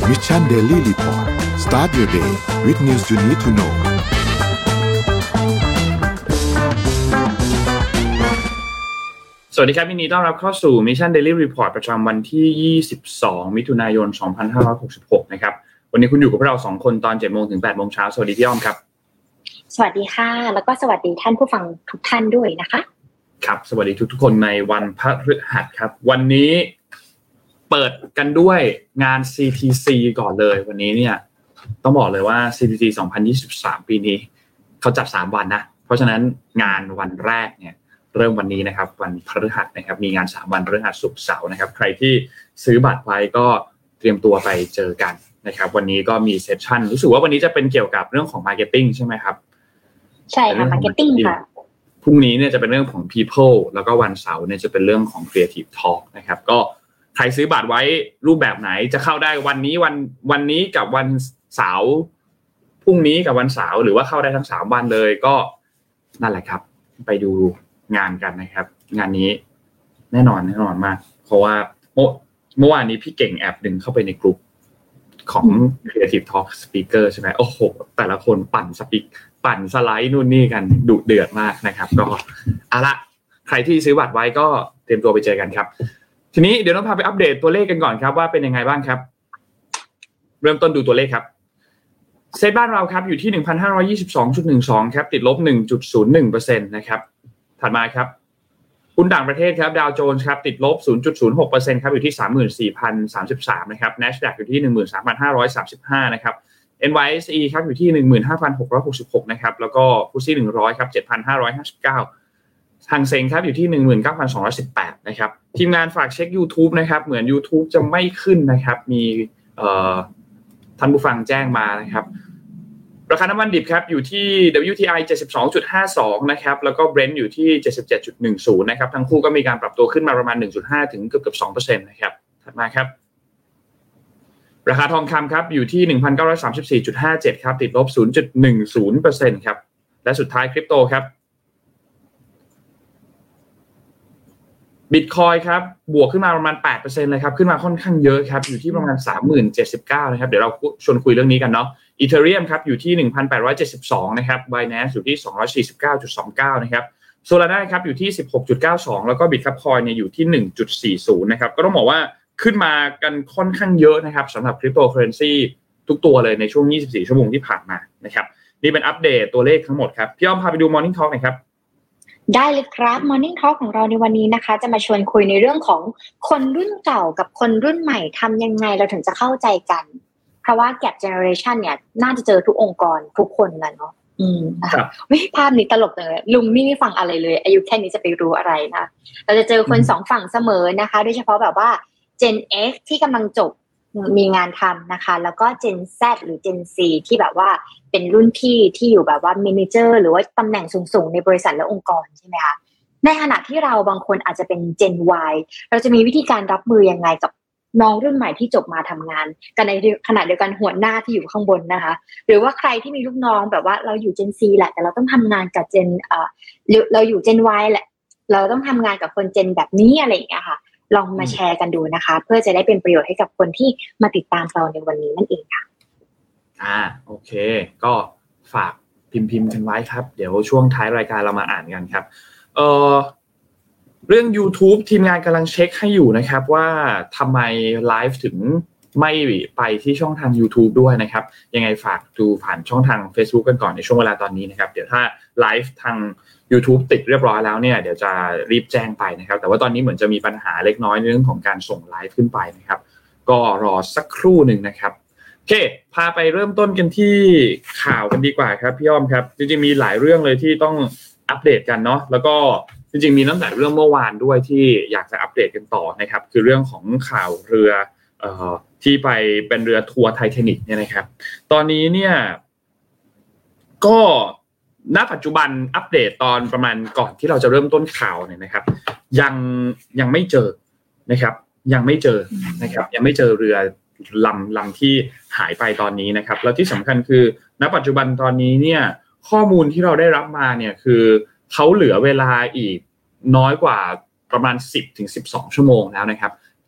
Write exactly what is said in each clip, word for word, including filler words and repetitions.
Mission Daily Report start your day with news you need to know สวัสดีครับยินดีต้อนรับเข้าสู่ Mission Daily Report ประจำวันที่ยี่สิบสองมิถุนายนสองพันห้าร้อยหกสิบหกนะครับวันนี้คุณอยู่กับพวกเราสองคนตอน เจ็ดโมง ถึง แปดโมง เช้าสวัสดีพี่อ้อมครับสวัสดีค่ะแล้วก็สวัสดีท่านผู้ฟังทุกท่านด้วยนะคะครับสวัสดีทุกๆคนในวันพฤหัสครับวันนี้เปิดกันด้วยงาน ซี ที ซี ก่อนเลยวันนี้เนี่ยต้องบอกเลยว่า ซี ที ซี สองพันยี่สิบสามปีนี้เขาจัดสามวันนะเพราะฉะนั้นงานวันแรกเนี่ยเริ่มวันนี้นะครับวันพฤหัสนะครับมีงานสามวันพฤหัสศุกร์เสาร์นะครับใครที่ซื้อบัตรไว้ก็เตรียมตัวไปเจอกันนะครับวันนี้ก็มีเซสชั่นรู้สึกว่าวันนี้จะเป็นเกี่ยวกับเรื่องของ marketing ใช่ไหมครับใช่ค่ะ marketing ค่ะพรุ่งนี้เนี่ยจะเป็นเรื่องของ people แล้วก็วันเสาร์เนี่ยจะเป็นเรื่องของ creative talk นะครับก็ใครซื้อบัตรไว้รูปแบบไหนจะเข้าได้วันนี้วันวันนี้กับวันเสาร์พรุ่งนี้กับวันเสาร์หรือว่าเข้าได้ทั้งสามวันเลยก็นั่นแหละครับไปดูงานกันนะครับงานนี้แน่นอนแน่นอนมากเพราะว่าเมื่อเมื่อวานนี้พี่เก่งแอบดึงเข้าไปในกลุ่มของ Creative Talk Speaker ใช่ไหมโอ้โหแต่ละคนปั่นสปิกปั่นสไลด์นู่นนี่กันดุเดือดมากนะครับก็เอาละใครที่ซื้อบัตรไว้ก็เตรียมตัวไปเจอกันครับทีนี้เดี๋ยวต้องพาไปอัปเดตตัวเลขกันก่อนครับว่าเป็นยังไงบ้างครับเริ่มต้นดูตัวเลขครับเซ็ตบ้านเราครับอยู่ที่ หนึ่งพันห้าร้อยยี่สิบสองจุดหนึ่งสอง ครับติดลบ หนึ่งจุดศูนย์หนึ่งเปอร์เซ็นต์ นะครับถัดมาครับหุ้นต่างประเทศครับดาวโจนส์ครับติดลบ ศูนย์จุดศูนย์หกเปอร์เซ็นต์ ครับอยู่ที่ สามหมื่นสี่พันสามสิบสาม นะครับ NASDAQ อยู่ที่ หนึ่งหมื่นสามพันห้าร้อยสามสิบห้า นะครับ เอ็น วาย เอส อี ครับอยู่ที่ หนึ่งหมื่นห้าพันหกร้อยหกสิบหก นะครับแล้วก็ เอฟ ที เอส อี หนึ่งร้อยครับ เจ็ดพันห้าร้อยห้าสิบเก้า หังเส็งครับอยู่ที่ หนึ่งหมื่นเก้าพันสองร้อยสิบแปด นะครับทีมงานฝากเช็ค YouTube นะครับเหมือน YouTube จะไม่ขึ้นนะครับมีเอ่อท่านผู้ฟังแจ้งมานะครับราคาน้ำมันดิบครับอยู่ที่ ดับเบิลยู ที ไอ เจ็ดสิบสองจุดห้าสอง นะครับแล้วก็ Brent อยู่ที่ เจ็ดสิบเจ็ดจุดหนึ่งศูนย์ นะครับทั้งคู่ก็มีการปรับตัวขึ้นมาประมาณ หนึ่งจุดห้า ถึงเกือบๆ สองเปอร์เซ็นต์ นะครับถัดมาครับราคาทองคำครับอยู่ที่ หนึ่งพันเก้าร้อยสามสิบสี่จุดห้าเจ็ด ครับติดลบ ศูนย์จุดหนึ่งศูนย์เปอร์เซ็นต์ ครับและสุดท้ายคริปโตครับBitcoin ครับบวกขึ้นมาประมาณ แปดเปอร์เซ็นต์ เลยครับขึ้นมาค่อนข้างเยอะครับอยู่ที่ประมาณ สามหมื่นเจ็ดสิบเก้า นะครับเดี๋ยวเราชวนคุยเรื่องนี้กันเนาะ Ethereum ครับอยู่ที่ หนึ่งพันแปดร้อยเจ็ดสิบสอง นะครับ Binance อยู่ที่ สองร้อยสี่สิบเก้าจุดสองเก้า นะครับ Solana ครับอยู่ที่ สิบหกจุดเก้าสอง แล้วก็ Bitcoin เนี่ยอยู่ที่ หนึ่งจุดสี่ศูนย์ นะครับก็ต้องบอกว่าขึ้นมากันค่อนข้างเยอะนะครับสำหรับ Cryptocurrency ทุกตัวเลยในช่วงยี่สิบสี่ชั่วโมงที่ผ่านมานะครับนี่เป็นอัปเดตตัวเลขทั้งหมดครับพี่อ้อมพาไปดู Morning Talk หน่อยครับได้เลยครับ Morning Talk ของเราในวันนี้นะคะจะมาชวนคุยในเรื่องของคนรุ่นเก่ากับคนรุ่นใหม่ทำยังไงเราถึงจะเข้าใจกันเพราะว่า Gap Generation เนี่ยน่าจะเจอทุกองค์กรทุกคนนะเนาะอืมนะคะวิภาพนี้ตลกเลยลุงนี่ไม่ฟังอะไรเลยอายุแค่นี้จะไปรู้อะไรนะเราจะเจอคนสองฝั่งเสมอนะคะโดยเฉพาะแบบว่า Gen X ที่กำลังจบมีงานทำนะคะแล้วก็ Gen Z หรือ Gen Z ที่แบบว่าเป็นรุ่นพี่ที่อยู่แบบว่า Manager หรือว่าตำแหน่งสูงๆในบริษัทและองค์กรใช่ไหมคะในขณะที่เราบางคนอาจจะเป็น Gen Y เราจะมีวิธีการรับมือยังไงกับน้องรุ่นใหม่ที่จบมาทำงานกันในขณะเดียวกันหัวหน้าที่อยู่ข้างบนนะคะหรือว่าใครที่มีลูกน้องแบบว่าเราอยู่ Gen Z แหละแต่เราต้องทำงานกับ Gen เอ่อเราอยู่ Gen Y แหละเราต้องทำงานกับคน Gen แบบนี้อะไรอย่างเงี้ยค่ะลองมาแชร์กันดูนะคะเพื่อจะได้เป็นประโยชน์ให้กับคนที่มาติดตามเราในวันนี้นั่นเองค่ะอ่าโอเคก็ฝากพิมพ์พิมพ์กันไว้ครับเดี๋ยวช่วงท้ายรายการเรามาอ่านกันครับเอ่อเรื่อง YouTube ทีมงานกำลังเช็คให้อยู่นะครับว่าทำไมไลฟ์ถึงไม่ไปที่ช่องทาง YouTube ด้วยนะครับยังไงฝากดูผ่านช่องทาง Facebook กันก่อนในช่วงเวลาตอนนี้นะครับเดี๋ยวถ้าไลฟ์ทาง YouTube ติดเรียบร้อยแล้วเนี่ยเดี๋ยวจะรีบแจ้งไปนะครับแต่ว่าตอนนี้เหมือนจะมีปัญหาเล็กน้อยในเรื่องของการส่งไลฟ์ขึ้นไปนะครับก็รอสักครู่นึงนะครับโอเคพาไปเริ่มต้นกันที่ข่าวกันดีกว่าครับพี่อ้อมครับจริงๆมีหลายเรื่องเลยที่ต้องอัปเดตกันเนาะแล้วก็จริงๆมีตั้งแต่เรื่องเมื่อวานด้วยที่อยากจะอัปเดตกันต่อนะครับคือเรื่องของข่าวเรือเอ่อที่ไปเป็นเรือทัวร์ไททานิคเนี่ยนะครับตอนนี้เนี่ยก็ณปัจจุบันอัปเดตตอนประมาณก่อนที่เราจะเริ่มต้นข่าวเนี่ยนะครับยังยังไม่เจอนะครับยังไม่เจอนะครับยังไม่เจอเรือลำลำที่หายไปตอนนี้นะครับแล้วที่สำคัญคือณปัจจุบันตอนนี้เนี่ยข้อมูลที่เราได้รับมาเนี่ยคือเขาเหลือเวลาอีกน้อยกว่าประมาณ สิบถึงสิบสอง ชั่วโมงแล้วนะครับ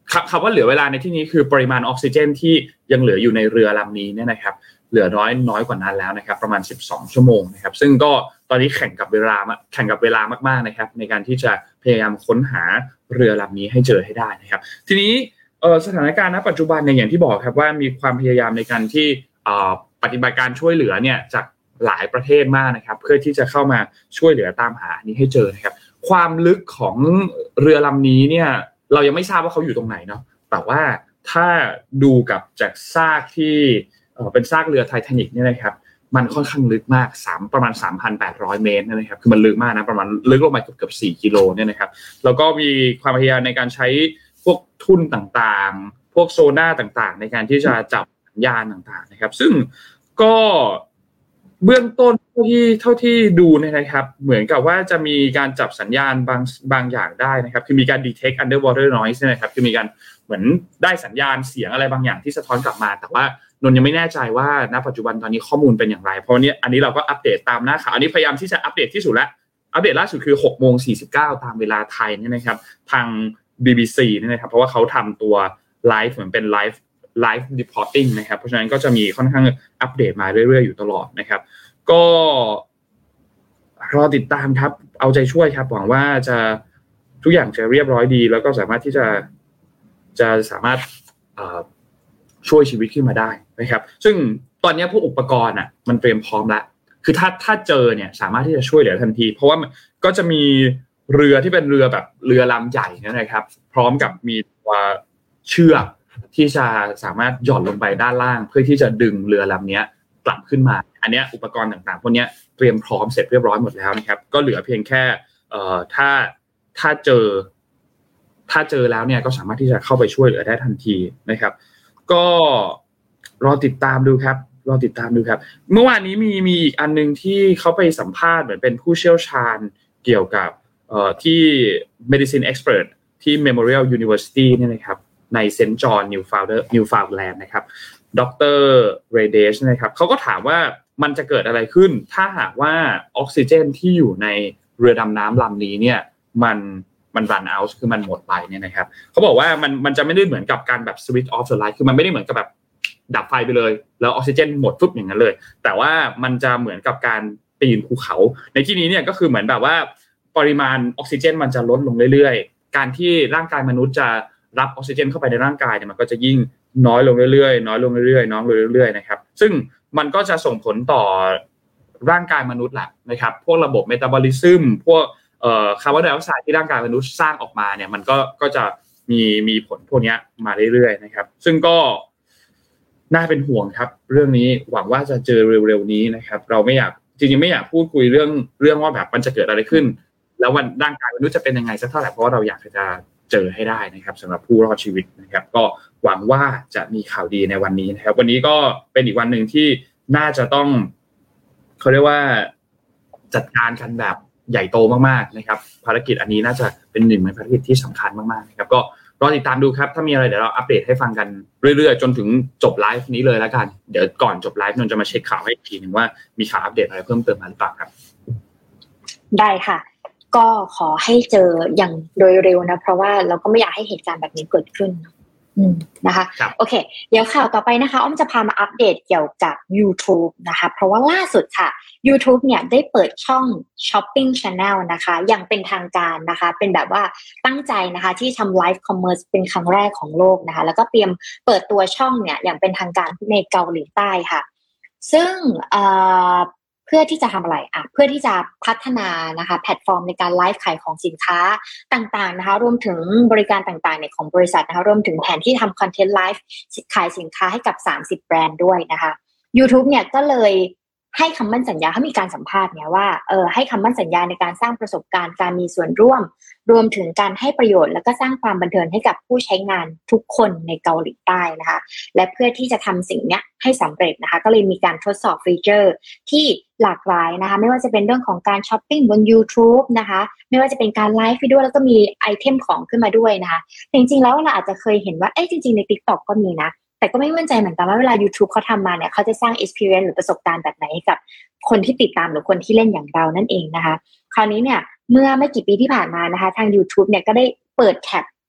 คำว่าเหลือเวลาในที่นี้คือปริมาณออกซิเจนที่ยังเหลืออยู่ในเรือลำนี้เนี่ยนะครับเหลือน้อยน้อยกว่านั้นแล้วนะครับประมาณสิบสองชั่วโมงนะครับซึ่งก็ตอนนี้แข่งกับเวลาแข่งกับเวลามากๆนะครับในการที่จะพยายามค้นหาเรือลำนี้ให้เจอให้ได้นะครับทีนี้เอ่อสถานการณ์ณปัจจุบันเนี่ยอย่างที่บอกครับว่ามีความพยายามในการที่เอ่อปฏิบัติการช่วยเหลือเนี่ยจากหลายประเทศมากนะครับเพื่อที่จะเข้ามาช่วยเหลือตามหาอันนี้ให้เจอนะครับความลึกของเรือลำนี้เนี่ยเรายังไม่ทราบว่าเขาอยู่ตรงไหนเนาะแต่ว่าถ้าดูกับจากซากที่เอ่อเป็นซากเรือไททานิคเนี่ยนะครับมันค่อนข้างลึกมากสามประมาณ สามพันแปดร้อย เมตรนะครับคือมันลึกมากนะประมาณลึกลงไปเกือบๆสี่กิโลเนี่ยนะครับแล้วก็มีความพยายามในการใช้พวกทุ่นต่างๆพวกโซน่าต่างๆในการที่จะจับสัญญาณต่างๆนะครับซึ่งก็เบื้องต้นเท่าที่เท่าที่ดูเนี่ยนะครับเหมือนกับว่าจะมีการจับสัญญาณบางบางอย่างได้นะครับคือมีการ detect underwater noise นะครับคือมีการเหมือนได้สัญญาณเสียงอะไรบางอย่างที่สะท้อนกลับมาแต่ว่านนยังไม่แน่ใจว่าณปัจจุบันตอนนี้ข้อมูลเป็นอย่างไรเพราะนี้อันนี้เราก็อัปเดตตามหน้าข่าวอันนี้พยายามที่จะอัปเดตที่สุดแล้วอัปเดตล่าสุดคือ หกโมงสี่สิบเก้า ตามเวลาไทยเนี่ยนะครับทาง บี บี ซี เนี่ยนะครับเพราะว่าเขาทำตัวไลฟ์เหมือนเป็นไลฟ์ไลฟ์รีพอร์ติ้งนะครับเพราะฉะนั้นก็จะมีค่อนข้างอัปเดตมาเรื่อยๆอยู่ตลอดนะครับก็รอติดตามครับเอาใจช่วยครับหวังว่าจะทุกอย่างจะเรียบร้อยดีแล้วก็สามารถที่จะจะสามารถช่วยชีวิตขึ้นมาได้นะครับซึ่งตอนนี้พวกอุปกรณ์อ่ะมันเตรียมพร้อมแล้วคือถ้าถ้าเจอเนี่ยสามารถที่จะช่วยเหลือทันทีเพราะว่าก็จะมีเรือที่เป็นเรือแบบเรือลำใหญ่นะครับพร้อมกับมีตัวเชือกที่จะสามารถหย่อนลงไปด้านล่างเพื่อที่จะดึงเรือลำนี้กลับขึ้นมาอันนี้อุปกรณ์ต่างๆพวกนี้เตรียมพร้อมเสร็จเรียบร้อยหมดแล้วนะครับก็เหลือเพียงแค่เอ่อถ้าถ้าเจอถ้าเจอแล้วเนี่ยก็สามารถที่จะเข้าไปช่วยเหลือได้ทันทีนะครับก็รอติดตามดูครับรอติดตามดูครับเมื่อวานนี้มีมีอีกอันนึงที่เขาไปสัมภาษณ์เหมือนเป็นผู้เชี่ยวชาญเกี่ยวกับเอ่อที่ medicine expert ที่ Memorial University เนี่ยนะครับใน Saint John Newfoundland Newfoundland นะครับดร. Reyes นะครับเขาก็ถามว่ามันจะเกิดอะไรขึ้นถ้าหากว่าออกซิเจนที่อยู่ในเรือดำน้ำลำนี้เนี่ยมันมัน run out คือมันหมดไปเนี่ยนะครับเขาบอกว่ามันมันจะไม่ได้เหมือนกับการแบบ switch off the light คือมันไม่ได้เหมือนกับแบบดับไฟไปเลยแล้วออกซิเจนหมดปุ๊บอย่างนั้นเลยแต่ว่ามันจะเหมือนกับการปีนภูเขาในที่นี้เนี่ยก็คือเหมือนแบบว่าปริมาณออกซิเจนมันจะลดลงเรื่อยๆการที่ร่างกายมนุษย์จะรับออกซิเจนเข้าไปในร่างกายเนี่ยมันก็จะยิ่งน้อยลงเรื่อยๆน้อยลงเรื่อยๆน้อยลงเรื่อยๆนะครับซึ่งมันก็จะส่งผลต่อร่างกายมนุษย์แหละนะครับพวกระบบเมตาบอลิซึมพวกเอ่อคาร์บอนไดออกไซด์ที่ร่างกายมนุษย์สร้างออกมาเนี่ยมันก็ก็จะมีมีผลพวกนี้มาเรื่อยๆนะครับซึ่งก็น่าเป็นห่วงครับเรื่องนี้หวังว่าจะเจอเร็วๆนี้นะครับเราไม่อยากจริงๆไม่อยากพูดคุยเรื่องเรื่องว่าแบบมันจะเกิดอะไรขึ้นแล้ววันร่างกายมนุษย์จะเป็นยังไงสักเท่าไหร่เพราะว่าเราอยากจะเจอให้ได้นะครับสำหรับผู้รอดชีวิตนะครับก็หวังว่าจะมีข่าวดีในวันนี้นะครับวันนี้ก็เป็นอีกวันหนึ่งที่น่าจะต้องเขาเรียกว่าจัดการกันแบบใหญ่โตมากๆนะครับภารกิจอันนี้น่าจะเป็นหนึ่งในภารกิจที่สำคัญมากๆนะครับก็รอติดตามดูครับถ้ามีอะไรเดี๋ยวเราอัปเดตให้ฟังกันเรื่อยๆจนถึงจบไลฟ์นี้เลยแล้วกันเดี๋ยวก่อนจบไลฟ์นนจะมาเช็คข่าวให้อีกทีนึงว่ามีข่าวอัปเดตอะไรเพิ่มเติมมาหรือเปล่าครับได้ค่ะก็ขอให้เจออย่างโดยเร็วนะเพราะว่าเราก็ไม่อยากให้เหตุการณ์แบบนี้เกิดขึ้นนะคะโอเคเดี๋ยวข่าวต่อไปนะคะอ้อมจะพามาอัปเดตเกี่ยวกับ YouTube นะคะเพราะว่าล่าสุดค่ะ YouTube เนี่ยได้เปิดช่อง Shopping Channel นะคะอย่างเป็นทางการนะคะเป็นแบบว่าตั้งใจนะคะที่ทำ Live Commerce เป็นครั้งแรกของโลกนะคะแล้วก็เตรียมเปิดตัวช่องเนี่ยอย่างเป็นทางการในเกาหลีใต้ค่ะซึ่งเอ่อเพื่อที่จะทำอะไรอ่ะเพื่อที่จะพัฒนานะคะแพลตฟอร์มในการไลฟ์ขายของสินค้าต่างๆนะคะรวมถึงบริการต่างๆเนี่ยของบริษัทนะคะรวมถึงแผนที่ทำคอนเทนต์ไลฟ์ขายสินค้าให้กับสามสิบแบรนด์ด้วยนะคะ YouTube เนี่ยก็เลยให้คำมั่นสัญญาเขามีการสัมภาษณ์เนี่ยว่าเออให้คำมั่นสัญญาในการสร้างประสบการณ์การมีส่วนร่วมรวมถึงการให้ประโยชน์แล้วก็สร้างความบันเทิงให้กับผู้ใช้งานทุกคนในเกาหลีใต้นะคะและเพื่อที่จะทำสิ่งนี้ให้สำเร็จนะคะก็เลยมีการทดสอบฟีเจอร์ที่หลากหลายนะคะไม่ว่าจะเป็นเรื่องของการช้อปปิ้งบน YouTube นะคะไม่ว่าจะเป็นการไลฟ์วิดีโอแล้วก็มีไอเทมของขึ้นมาด้วยนะคะจริงๆแล้วเราอาจจะเคยเห็นว่าเอ๊ะจริงๆใน TikTok ก็มีนะแต่ก็ไม่มั่นใจเหมือนกันว่าเวลา YouTube เขาทำมาเนี่ยเขาจะสร้าง experience หรือประสบการณ์แบบไหนให้กับคนที่ติดตามหรือคนที่เล่นอย่างเรานั่นเองนะคะคราวนี้เนี่ยเมื่อไม่กี่ปีที่ผ่านมานะคะทาง YouTube เนี่ยก็ได้เปิดแคป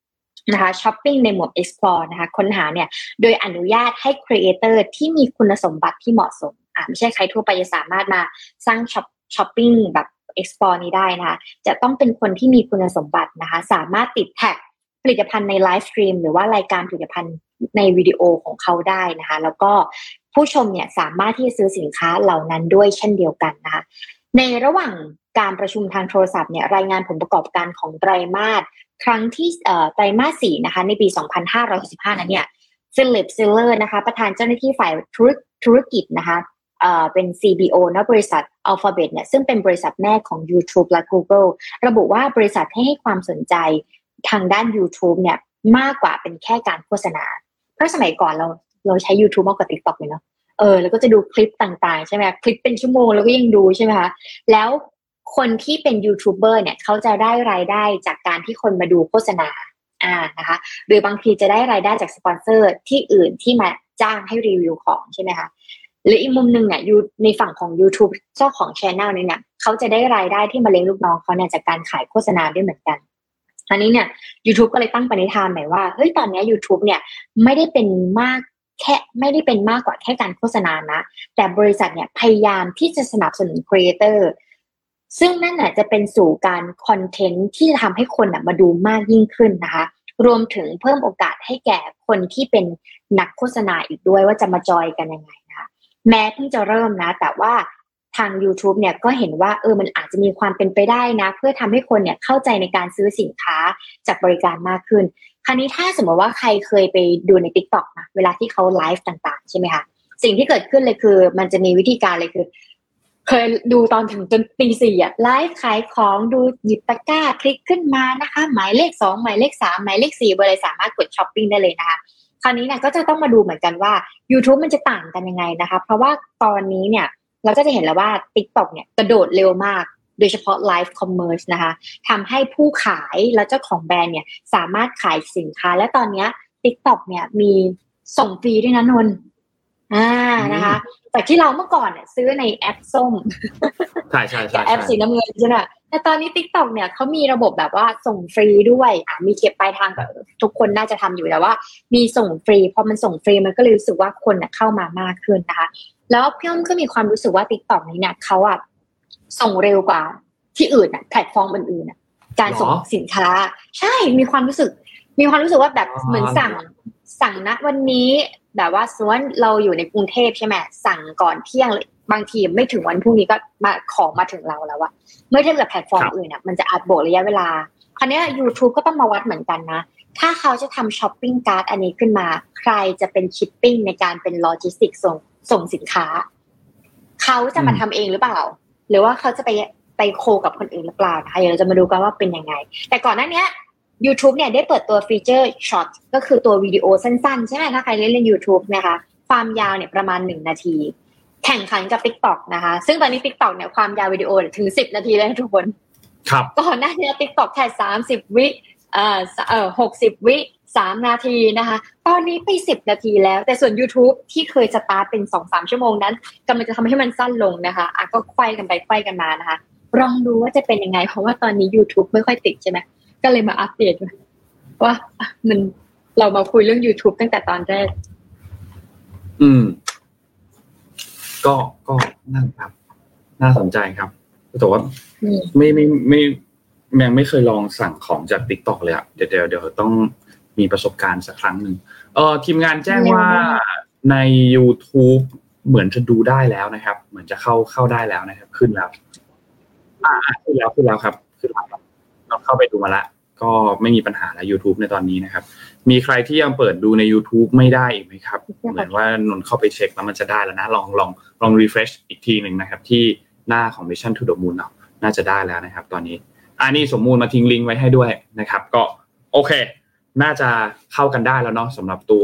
นะคะช้อปปิ้งในหมวด explore นะคะค้นหาเนี่ยโดยอนุญาตให้ creator ที่มีคุณสมบัติที่เหมาะสมอ่าไม่ใช่ใครทั่วไปจะสามารถมาสร้างช็อปช้อปปิ้งแบบ explore นี้ได้นะคะจะต้องเป็นคนที่มีคุณสมบัตินะคะสามารถติดแท็กผลิตภัณฑ์ในไลฟ์สตรีมหรือว่ารายการผลิตภัณฑ์ในวิดีโอของเขาได้นะคะแล้วก็ผู้ชมเนี่ยสามารถที่จะซื้อสินค้าเหล่านั้นด้วยเช่นเดียวกันนะคะในระหว่างการประชุมทางโทรศัพท์เนี่ยรายงานผลประกอบการของไตรมาสครั้งที่เอ่อไตรมาสสี่นะคะในปีสองพันห้าร้อยหกสิบห้านั้นเนี่ยฟิลิปซิลเลอร์นะคะประธานเจ้าหน้าที่ฝ่ายธุรธุรกิจนะคะเอ่อเป็น ซี บี โอ นะบริษัท Alphabet เนี่ยซึ่งเป็นบริษัทแม่ของ YouTube และ Google ระบุว่าบริษัทให้ความสนใจทางด้าน YouTube เนี่ยมากกว่าเป็นแค่การโฆษณาเพราะสมัยก่อนเราเราใช้ YouTube มากกว่า TikTok เลยเนาะเออแล้วก็จะดูคลิปต่างๆใช่ไหมคลิปเป็นชั่วโมงแล้วก็ยังดูใช่ไหมคะแล้วคนที่เป็นยูทูบเบอร์เนี่ยเขาจะได้รายได้จากการที่คนมาดูโฆษณาอ่านะคะหรือบางทีจะได้รายได้จากสปอนเซอร์ที่อื่นที่มาจ้างให้รีวิวของใช่ไหมคะหรืออีกมุมนึงเนี่ยอยู่ในฝั่งของ YouTube เจ้าของ channel นี้เนี่ยเขาจะได้รายได้ที่มาเลี้ยงลูกน้องเขาเนี่ยจากการขายโฆษณาด้วยเหมือนกันอันนี้เนี่ย YouTube ก็เลยตั้งปณิธานใหม่ว่าเฮ้ยตอนนี้ YouTube เนี่ยไม่ได้เป็นมากแค่ไม่ได้เป็นมากกว่าแค่การโฆษณานะแต่บริษัทเนี่ยพยายามที่จะสนับสนุนครีเอเตอร์ซึ่งนั่นน่ะจะเป็นสู่การคอนเทนต์ที่จะทำให้คนน่ะมาดูมากยิ่งขึ้นนะคะรวมถึงเพิ่มโอกาสให้แก่คนที่เป็นนักโฆษณาอีกด้วยว่าจะมาจอยกันยังไงนะคะแม้เพิ่งจะเริ่มนะแต่ว่าทาง YouTube เนี่ยก็เห็นว่าเออมันอาจจะมีความเป็นไปได้นะเพื่อทำให้คนเนี่ยเข้าใจในการซื้อสินค้าจากบริการมากขึ้นคราวนี้ถ้าสมมติว่าใครเคยไปดูใน TikTok นะเวลาที่เขาไลฟ์ต่างๆใช่ไหมคะสิ่งที่เกิดขึ้นเลยคือมันจะมีวิธีการเลยคือเคยดูตอนถึงจนตีสี่อ่ะไลฟ์ขายของดูหยิบตะกร้าคลิกขึ้นมานะคะหมายเลขสองหมายเลขสามหมายเลขสี่เบอร์อะไรสามารถกดช้อปปิ้งได้เลยนะคะคราวนี้เนี่ยก็จะต้องมาดูเหมือนกันว่า YouTube มันจะต่างกันยังไงนะคะเพราะว่าตอนนี้เนี่ยเราก็จะเห็นแล้วว่า TikTok เนี่ยกระโดดเร็วมากโดยเฉพาะ Live Commerce นะคะทำให้ผู้ขายและเจ้าของแบรนด์เนี่ยสามารถขายสินค้าและตอนนี้ TikTok เนี่ยมีส่งฟรีด้วยนะนนท์อ่านะคะจากที่เราเมื่อก่อนเนี่ยซื้อในแอปส้มใช่ใช่ใช่แอปสีน้ำเงินใช่ไหมแต่ตอนนี้ TikTok เนี่ยเขามีระบบแบบว่าส่งฟรีด้วยอ่ามีเก็บปลายทางกับทุกคนน่าจะทำอยู่แล้วว่ามีส่งฟรีพอมันส่งฟรีมันก็เลยรู้สึกว่าคนเนี่ยเข้ามามากขึ้นนะคะแล้วพี่อ้อมก็มีความรู้สึกว่า TikTok นี้เนี่ยเขาอ่ะส่งเร็วกว่าที่อื่นอ่ะแพลตฟอร์มอื่นๆอ่ะการส่งสินค้าใช่มีความรู้สึกมีความรู้สึกว่าแบบเหมือนสั่งสั่งณวันนี้แบบว่าส่วนเราอยู่ในกรุงเทพใช่ไหมสั่งก่อนเที่ยงเลยบางทีไม่ถึงวันพรุ่งนี้ก็มาของมาถึงเราแล้วอะเมื่อเทียบกับแพลตฟอร์มอื่นอ่ะมันจะอาจโบกระยะเวลาคราวนี้ YouTube ก็ต้องมาวัดเหมือนกันนะถ้าเขาจะทำช้อปปิ้งการ์ดอันนี้ขึ้นมาใครจะเป็นชิปปิ้งในการเป็นโลจิสติกส่งส่งสินค้าเขาจะมาทำเองหรือเปล่าหรือว่าเขาจะไปไปโคกับคนอื่นหรือเปล่านะคะเดี๋ยวเราจะมาดูกันว่าเป็นยังไงแต่ก่อนหน้านี้ YouTube เนี่ยได้เปิดตัวฟีเจอร์ช็อตก็คือตัววิดีโอสั้นๆใช่ไหมถ้าใครเล่นเล่น YouTube นะคะความยาวเนี่ยประมาณหนึ่งนาทีแข่งขันกับ TikTok นะคะซึ่งตอนนี้ TikTok เนี่ยความยาววิดีโอถึงสิบนาทีแล้วทุกคนครับก่อนหน้านี้ TikTok แค่สามสิบวิเอ่อเอ่อหกสิบวิสามนาทีนะคะตอนนี้ไปสิบนาทีแล้วแต่ส่วน YouTube ที่เคยสตาร์ทเป็น สองถึงสาม ชั่วโมงนั้นกำลังจะทำให้มันสั้นลงนะคะอ่ะก็ไขว้กันไปไขว้กันมานะคะลองดูว่าจะเป็นยังไงเพราะว่าตอนนี้ YouTube ไม่ค่อยติดใช่ไหมก็เลยมาอัปเดตว่ามันเรามาคุยเรื่อง YouTube ตั้งแต่ตอนแรกอืมก็ก็นั่นครับน่าสนใจครับแต่ว่าไม่ไม่ไม่ยังไม่เคยลองสั่งของจาก TikTok เลยอ่ะเดี๋ยวเดี๋ยวเดี๋ยวต้องมีประสบการณ์สักครั้งนึงเอ่อทีมงานแจ้งว่าใน YouTube เหมือนจะดูได้แล้วนะครับเหมือนจะเข้าเข้าได้แล้วนะครับขึ้นแล้วอ่าขึ้นแล้วขึ้นแล้วครับขึ้นแล้วเราเข้าไปดูมาแล้วก็ไม่มีปัญหาแล้ว YouTube ในตอนนี้นะครับมีใครที่ยังเปิดดูใน YouTube ไม่ได้อีกไหมครับเหมือนว่านนเข้าไปเช็คแล้วมันจะได้แล้วนะลองลองลอง refresh อีกทีนึงนะครับที่หน้าของ Mission to the Moon เนาะน่าจะได้แล้วนะครับตอนนี้อันนี้สมมูลมาทิ้งลิงก์ไว้ให้ด้วยนะครับก็โอเคน่าจะเข้ากันได้แล้วเนาะสำหรับตัว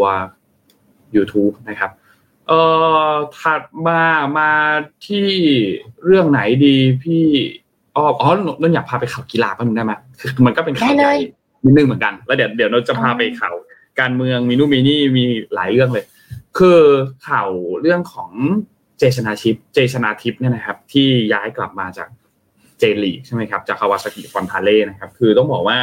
YouTube นะครับเอ่อถัดมามาที่เรื่องไหนดีพี่อ๋ออ๋อนนอยากพาไปข่าวกีฬาแป๊บนึงได้มั้ยคือมันก็เป็นข่าวใหญ่นิดนึงเหมือนกันแล้วเดี๋ยวเดี๋ยวนนจะพาไปข่าวการเมืองมีนู่นมีนี่มีหลายเรื่องเลยคือข่าวเรื่องของเจชนาทิพย์เจชนาทิพย์เนี่ยนะครับที่ย้ายกลับมาจากเจลีกใช่มั้ยครับจากคาวาซากิฟอนทาเล่นะครับคือต้องบอกว่า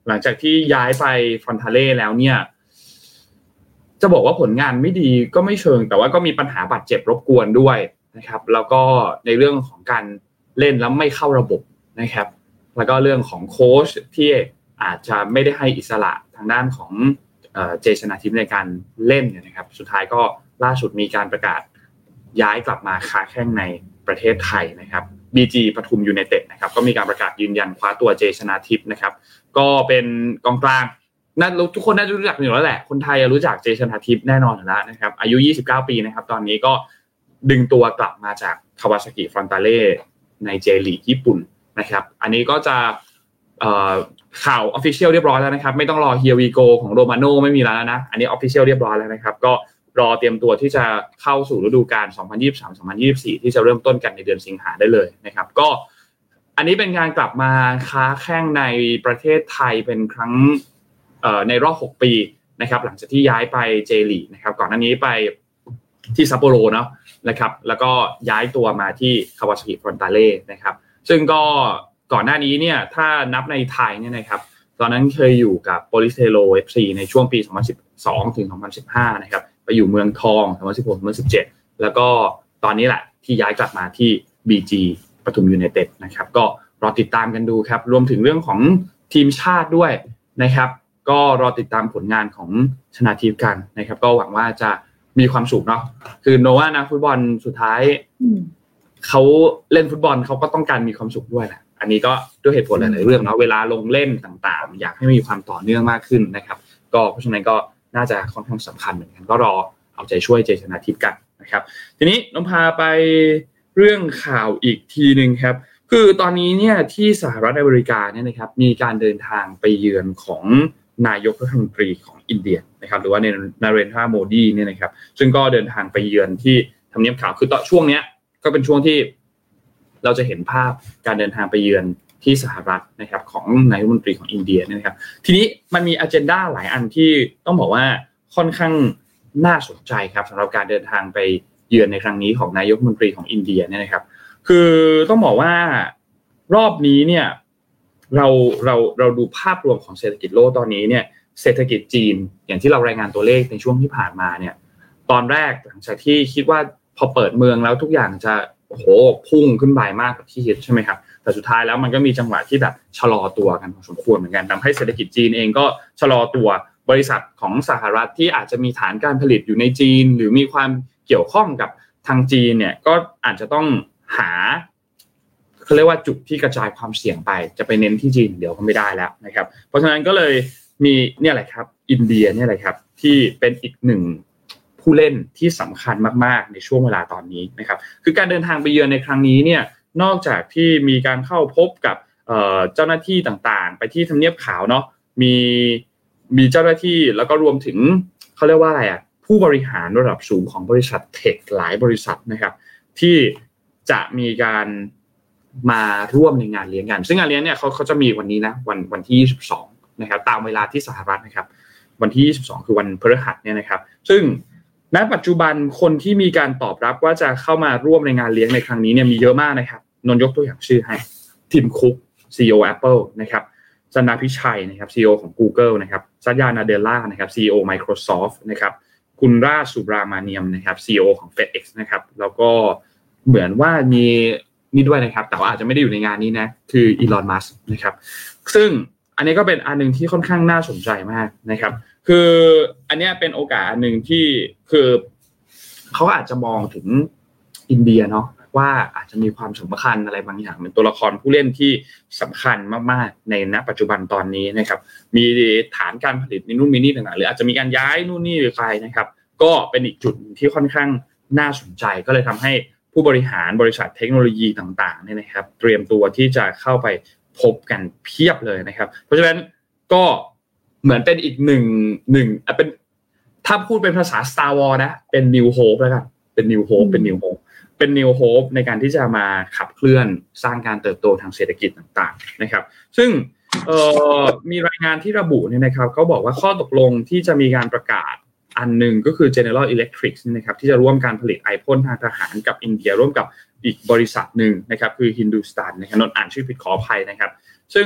หลังจากที่ย้ายไปฟรอนทาเล่แล้วเนี่ยจะบอกว่าผลงานไม่ดีก็ไม่เชิงแต่ว่าก็มีปัญหาบาดเจ็บรบกวนด้วยนะครับแล้วก็ในเรื่องของการเล่นแล้วไม่เข้าระบบนะครับแล้วก็เรื่องของโค้ชที่อาจจะไม่ได้ให้อิสระทางด้านของเอ่อเจชนาทิพย์ในการเล่นเนี่ยนะครับสุดท้ายก็ล่าสุดมีการประกาศย้ายกลับมาค้าแข้งในประเทศไทยนะครับ บี จี ปทุมยูไนเต็ดนะครับก็มีการประกาศยืนยันคว้าตัวเจชนาทิพย์นะครับก็เป็นกองกลางน่าทุกคนน่าจะรู้จักอยู่แล้วแหละคนไทยรู้จักเจชนาทิพย์แน่นอนอยู่แล้วนะครับอายุยี่สิบเก้าปีนะครับตอนนี้ก็ดึงตัวกลับมาจากคาวาซากิฟรอนตาเล่ในเจลีกญี่ปุ่นนะครับอันนี้ก็จะเอ่อข่าว official เรียบร้อยแล้วนะครับไม่ต้องรอ Here we go ของโรมาโน่ไม่มีแล้วนะอันนี้ official เรียบร้อยแล้วนะครับก็รอเตรียมตัวที่จะเข้าสู่ฤดูกาล สองพันยี่สิบสาม สองพันยี่สิบสี่ ที่จะเริ่มต้นกันในเดือนสิงหาได้เลยนะครับก็อันนี้เป็นการกลับมาค้าแข้งในประเทศไทยเป็นครั้งเอ่อในรอบหกปีนะครับหลังจากที่ย้ายไปเจลีกนะครับก่อนหน้านี้ไปที่ซัปโปโรเนาะนะครับแล้วก็ย้ายตัวมาที่คาวาซากิฟรอนตาเล่นะครับซึ่งก็ก่อนหน้านี้เนี่ยถ้านับในไทยเนี่ยนะครับตอนนั้นเคยอยู่กับโปลิสเทโร เอฟ ซี ในช่วงปีสองพันสิบสองถึงสองพันสิบห้านะครับไปอยู่เมืองทองสองพันสิบหก สองพันสิบเจ็ดแล้วก็ตอนนี้แหละที่ย้ายกลับมาที่ บี จี ปทุมยูไนเต็ดนะครับก็รอติดตามกันดูครับรวมถึงเรื่องของทีมชาติด้วยนะครับก็รอติดตามผลงานของชนาทิพย์กันนะครับก็หวังว่าจะมีความสุขเนาะคือโนว่านะฟุตบอลสุดท้ายเขาเล่นฟุตบอลเขาก็ต้องการมีความสุขด้วยแหละอันนี้ก็ด้วยเหตุผลหลายๆเรื่องเนาะเวลาลงเล่นต่างๆอยากให้มีความต่อเนื่องมากขึ้นนะครับก็เพราะฉะนั้นก็น่าจะค่อนข้างสำคัญเหมือนกันก็รอเอาใจช่วยเจชนาทิพย์กันนะครับทีนี้น้องพาไปเรื่องข่าวอีกทีนึงครับคือตอนนี้เนี่ยที่สหรัฐอเมริกาเนี่ยนะครับมีการเดินทางไปเยือนของนายกรัฐมนตรีของอินเดียนะครับหรือว่าในนาเรนทราโมดีเนี่ยนะครับซึ่งก็เดินทางไปเยือนที่ทำเนียบขาวคือตอนช่วงเนี้ยก็เป็นช่วงที่เราจะเห็นภาพการเดินทางไปเยือนที่สหรัฐนะครับของนายกรัฐมนตรีของอินเดียเนี่ยนะครับทีนี้มันมีอเจนดาหลายอันที่ต้องบอกว่าค่อนข้างน่าสนใจครับสำหรับการเดินทางไปเยือนในครั้งนี้ของนายกรัฐมนตรีของอินเดียเนี่ยนะครับคือต้องบอกว่ารอบนี้เนี่ยเราเราเราดูภาพรวมของเศรษฐกิจโลกตอนนี้เนี่ยเศรษฐกิจจีนอย่างที่เรารายงานตัวเลขในช่วงที่ผ่านมาเนี่ยตอนแรกหลังจากที่คิดว่าพอเปิดเมืองแล้วทุกอย่างจะโอ้โหพุ่งขึ้นไปมากกว่าที่คิดใช่ไหมครับแต่สุดท้ายแล้วมันก็มีจังหวะที่แบบชะลอตัวกันพอสมควรเหมือนกันทำให้เศรษฐกิจจีนเองก็ชะลอตัวบริษัทของสหรัฐที่อาจจะมีฐานการผลิตอยู่ในจีนหรือมีความเกี่ยวข้องกับทางจีนเนี่ยก็อาจจะต้องหาเขาเรียกว่าจุดที่กระจายความเสี่ยงไปจะไปเน้นที่จีนเดี๋ยวก็ไม่ได้แล้วนะครับเพราะฉะนั้นก็เลยมีเนี่ยแหละครับอินเดียเนี่ยแหละครับที่เป็นอีกหนึ่งผู้เล่นที่สำคัญมากๆในช่วงเวลาตอนนี้นะครับคือการเดินทางไปเยือนในครั้งนี้เนี่ยนอกจากที่มีการเข้าพบกับเจ้าหน้าที่ต่างๆไปที่ทำเนียบขาวเนาะมีมีเจ้าหน้าที่แล้วก็รวมถึงเขาเรียกว่าอะไรอ่ะผู้บริหารระดับสูงของบริษัทเทคหลายบริษัทนะครับที่จะมีการมาร่วมในงานเลี้ยงกันซึ่งงานเลี้ยงเนี่ยเขาเขาจะมีวันนี้นะวันวันที่ยี่สิบสองนะครับตามเวลาที่สหรัฐนะครับวันที่ยี่สิบสองคือวันพฤหัสเนี่ยนะครับซึ่งณปัจจุบันคนที่มีการตอบรับว่าจะเข้ามาร่วมในงานเลี้ยงในครั้งนี้เนี่ยมีเยอะมากนะครับนนยกตัวอย่างชื่อให้ทิมคุก ซี อี โอ Apple นะครับจันทพิชัยนะครับ ซี อี โอ ของ Google นะครับซัตยานาเดลล่านะครับ ซี อี โอ Microsoft นะครับคุณราชสุบรามาเนียมนะครับ ซี อี โอ ของ FedEx นะครับแล้วก็เหมือนว่ามีนี่ด้วยนะครับแต่ว่าอาจจะไม่ได้อยู่ในงานนี้นะคืออีลอนมัสก์นะครับซึ่งอันนี้ก็เป็นอันนึงที่ค่อนข้างน่าสนใจมากนะครับคืออันนี้เป็นโอกาสอันนึงที่คือเขาอาจจะมองถึงอินเดียเนาะว่าอาจจะมีความสำคัญอะไรบางอย่างเป็นตัวละครผู้เล่นที่สำคัญมากๆในณปัจจุบันตอนนี้นะครับมีฐานการผลิตมีนู่นมีนี่ต่างๆหรืออาจจะมีการย้ายนู่นนี่หรือไปนะครับก็เป็นอีกจุดที่ค่อนข้างน่าสนใจก็เลยทำให้ผู้บริหารบริษัทเทคโนโลยีต่างๆเนี่ยนะครับเตรียมตัวที่จะเข้าไปพบกันเพียบเลยนะครับเพราะฉะนั้นก็เหมือนเป็นอีกหนึ่งหนึ่งเป็นถ้าพูดเป็นภาษา Star Wars นะเป็น New Hope แล้วกันเป็น New Hope เป็น New Hope เป็น New Hope ในการที่จะมาขับเคลื่อนสร้างการเติบโตทางเศรษฐกิจต่างๆนะครับซึ่งเอ่อมีรายงานที่ระบุเนี่ยนะครับเขาบอกว่าข้อตกลงที่จะมีการประกาศอันนึงก็คือ General Electric นะครับที่จะร่วมการผลิตไอพ่นทางทหารกับอินเดียร่วมกับอีกบริษัทนึงนะครับคือ Hindustan นะครับนนอ่านชื่อผิดขออภัยนะครับซึ่ง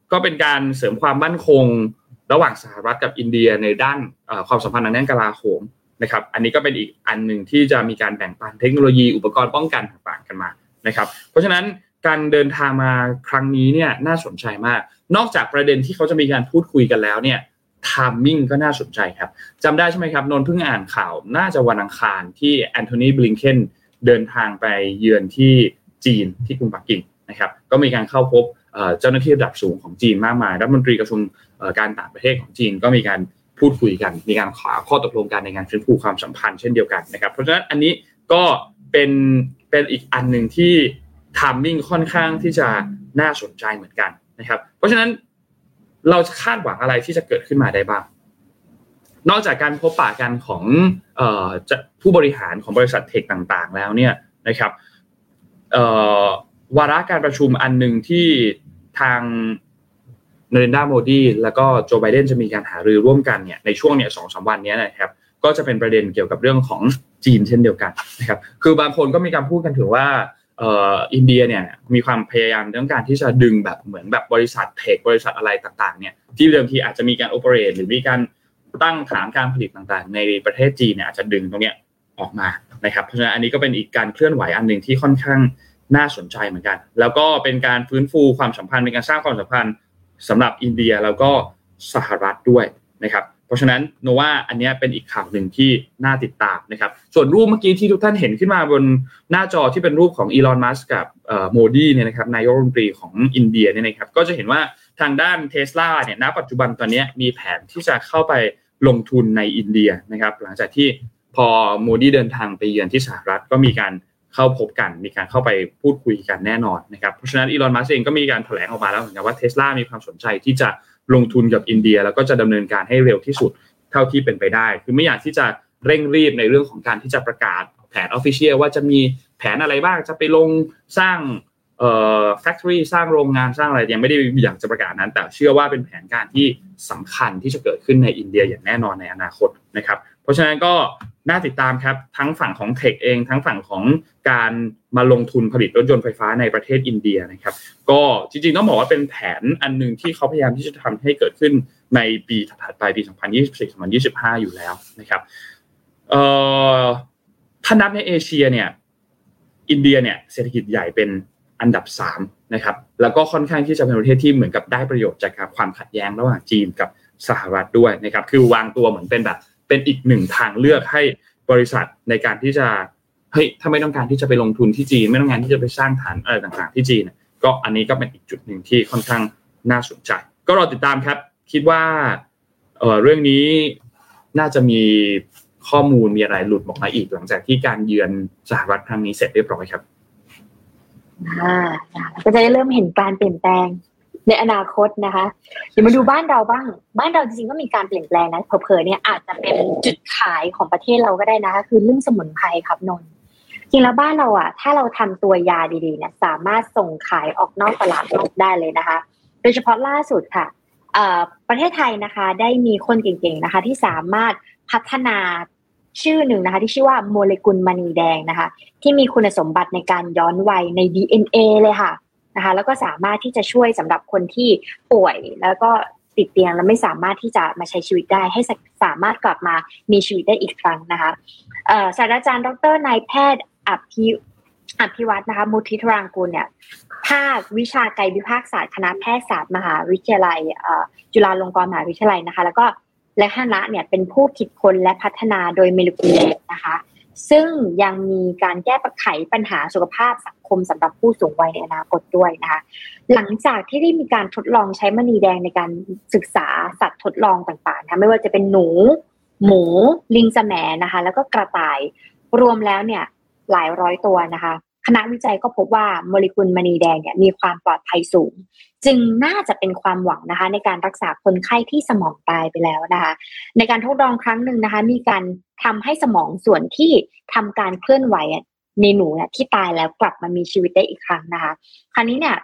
ก็เป็นการเสริมความมั่นคงระหว่างสหรัฐกับอินเดียในด้านความสัมพันธ์ทางด้านกลาโหมนะครับอันนี้ก็เป็นอีกอันนึงที่จะมีการแบ่งปันเทคโนโลยีอุปกรณ์ป้องกันต่างๆกันมานะครับเพราะฉะนั้นการเดินทางมาครั้งนี้เนี่ยน่าสนใจมากนอกจากประเด็นที่เขาจะมีการพูดคุยกันแล้วเนี่ยไทมิ่งก็น่าสนใจครับจำได้ใช่ไหมครับนนท์เพิ่งอ่านข่าวน่าจะวันอังคารที่แอนโทนี บลิงเคนเดินทางไปเยือนที่จีนที่กรุงปักกิ่งนะครับก็มีการเข้าพบเจ้าหน้าที่ระดับสูงของจีนมากมายรัฐมนตรีกระทรวงการต่างประเทศของจีนก็มีการพูดคุยกันมีการขอข้อตกลงกันในการฟื้นฟูความสัมพันธ์เช่นเดียวกันนะครับเพราะฉะนั้นอันนี้ก็เป็นเป็นอีกอันนึงที่ไทมิ่งค่อนข้างที่จะน่าสนใจเหมือนกันนะครับเพราะฉะนั้นเราจะคาดหวังอะไรที่จะเกิดขึ้นมาได้บ้างนอกจากการพบปะกันของเอ่อผู้บริหารของบริษัทเทคต่างๆแล้วเนี่ยนะครับเอ่อวาระการประชุมอันนึงที่ทางนเรนดรา โมดีแล้วก็โจไบเดนจะมีการหารือร่วมกันเนี่ยในช่วงเนี่ย สองถึงสาม วันนี้นะครับก็จะเป็นประเด็นเกี่ยวกับเรื่องของจีนเช่นเดียวกันนะครับคือบางคนก็มีการพูดกันถึงว่าเอ่ออินเดียเนี่ยมีความพยายามในการที่จะดึงแบบเหมือนแบบบริษัทเทคบริษัทอะไรต่างๆเนี่ยที่เดิมทีอาจจะมีการโอเปเรตหรือมีการตั้งฐานการผลิตต่างๆในประเทศจีนเนี่ยอาจจะดึงตรงเนี้ยออกมานะครับเพราะฉะนั้นอันนี้ก็เป็นอีกการเคลื่อนไหวอันนึงที่ค่อนข้างน่าสนใจเหมือนกันแล้วก็เป็นการฟื้นฟูความสัมพันธ์เป็นการสร้างความสัมพันธ์สำหรับอินเดียแล้วก็สหรัฐด้วยนะครับเพราะฉะนั้นโนว่าอันนี้เป็นอีกข่าวหนึ่งที่น่าติดตามนะครับส่วนรูปเมื่อกี้ที่ทุกท่านเห็นขึ้นมาบนหน้าจอที่เป็นรูปของอีลอนมัสก์กับเอ่อโมดีเนี่ยนะครับนายกรัฐมนตรีของอินเดียเนี่ยนะครับก็จะเห็นว่าทางด้าน Tesla เนี่ยณปัจจุบันตอนนี้มีแผนที่จะเข้าไปลงทุนในอินเดียนะครับหลังจากที่พอโมดีเดินทางไปเยือนที่สหรัฐก็มีการเข้าพบกันมีการเข้าไปพูดคุยกันแน่นอนนะครับเพราะฉะนั้นอีลอนมัสก์เองก็มีการแถลงออกมาแล้วเหมือนกันว่า Tesla มีความสนใจที่จะลงทุนกับอินเดียแล้วก็จะดำเนินการให้เร็วที่สุดเท่าที่เป็นไปได้คือไม่อยากที่จะเร่งรีบในเรื่องของการที่จะประกาศแผน Official ว่าจะมีแผนอะไรบ้างจะไปลงสร้างเอ่อ factory สร้างโรงงานสร้างอะไรยังไม่ได้อยากจะประกาศนั้นแต่เชื่อว่าเป็นแผนการที่สำคัญที่จะเกิดขึ้นในอินเดียอย่างแน่นอนในอนาคตนะครับเพราะฉะนั้นก็น่าติดตามครับทั้งฝั่งของเทคเองทั้งฝั่งของการมาลงทุนผลิตรถยนต์ไฟฟ้าในประเทศอินเดียนะครับก็จริงๆต้องบอกว่าเป็นแผนอันนึงที่เขาพยายามที่จะทำให้เกิดขึ้นในปีถัดไปปีสองพันยี่สิบสี่ สองพันยี่สิบห้าอยู่แล้วนะครับเอ่อถ้านับในเอเชียเนี่ยอินเดียเนี่ยเศรษฐกิจใหญ่เป็นอันดับสามนะครับแล้วก็ค่อนข้างที่จะเป็นประเทศที่เหมือนกับได้ประโยชน์จากความขัดแย้งระหว่างจีนกับสหรัฐด้วยนะครับคือวางตัวเหมือนเป็นแบบเป็นอีกหนึ่งทางเลือกให้บริษัทในการที่จะเฮ้ยถ้าไม่ต้องการที่จะไปลงทุนที่จีนไม่ต้องการที่จะไปสร้างฐานอะไรต่างๆที่จีนก็อันนี้ก็เป็นอีกจุดหนึ่งที่ค่อนข้างน่าสนใจก็รอติดตามครับคิดว่าเอ่อเรื่องนี้น่าจะมีข้อมูลมีอะไรหลุดออกมาอีกหลังจากที่การเยือนสหรัฐครั้งนี้เสร็จเรียบร้อยครับอ่าก็จะได้เริ่มเห็นการเปลี่ยนแปลงในอนาคตนะคะเดี๋ยวมาดูบ้านเราบ้างบ้านเราจริงๆก็มีการเปลี่ยนแปลงนะเผลอๆเนี่ยอาจจะเป็นจุดขายของประเทศเราก็ได้นะคะคือเรื่องสมุนไพรครับนนท์จริงแล้วบ้านเราอ่ะถ้าเราทำตัวยาดีๆเนี่ยสามารถส่งขายออกนอกตลาดโลกได้เลยนะคะโดยเฉพาะล่าสุดค่ะเอ่อประเทศไทยนะคะได้มีคนเก่งๆนะคะที่สามารถพัฒนาชื่อหนึ่งนะคะที่ชื่อว่าโมเลกุลมณีแดงนะคะที่มีคุณสมบัติในการย้อนวัยใน ดี เอ็น เอ เลยค่ะนะคะแล้วก็สามารถที่จะช่วยสำหรับคนที่ป่วยแล้วก็ติดเตียงแล้วไม่สามารถที่จะมาใช้ชีวิตได้ให้สามารถกลับมามีชีวิตได้อีกครั้งนะคะเอ่อศาสตราจารย์ดรนายแพทย์อภิอภิวัฒน์นะคะมุทิตรางกูลเนี่ยภาควิชาไกวิภาคศาสตร์คณะแพทยศาสตร์มหาวิทยาลัยเอ่อจุฬาลงกรณ์มหาวิทยาลัยนะคะแล้วก็และคณะเนี่ยเป็นผู้คิดค้นและพัฒนาโดยโมเลกุลนะคะซึ่งยังมีการแก้ไขปัญหาสุขภาพสังคมสำหรับผู้สูงวัยในอนาคตด้วยนะคะหลังจากที่ได้มีการทดลองใช้มณีแดงในการศึกษาสัตว์ทดลองต่างๆนะไม่ว่าจะเป็นหนูหมูลิงแสมนะคะแล้วก็กระต่ายรวมแล้วเนี่ยหลายร้อยตัวนะคะคณะวิจัยก็พบว่าโมเลกุลมณีแดงเนี่ยมีความปลอดภัยสูงจึงน่าจะเป็นความหวังนะคะในการรักษาคนไข้ที่สมองตายไปแล้วนะคะในการทดลองครั้งหนึ่งนะคะมีการทำให้สมองส่วนที่ทำการเคลื่อนไหวในหนูเนี่ยที่ตายแล้วกลับมามีชีวิตได้อีกครั้งนะคะคราวนี้เนี่ย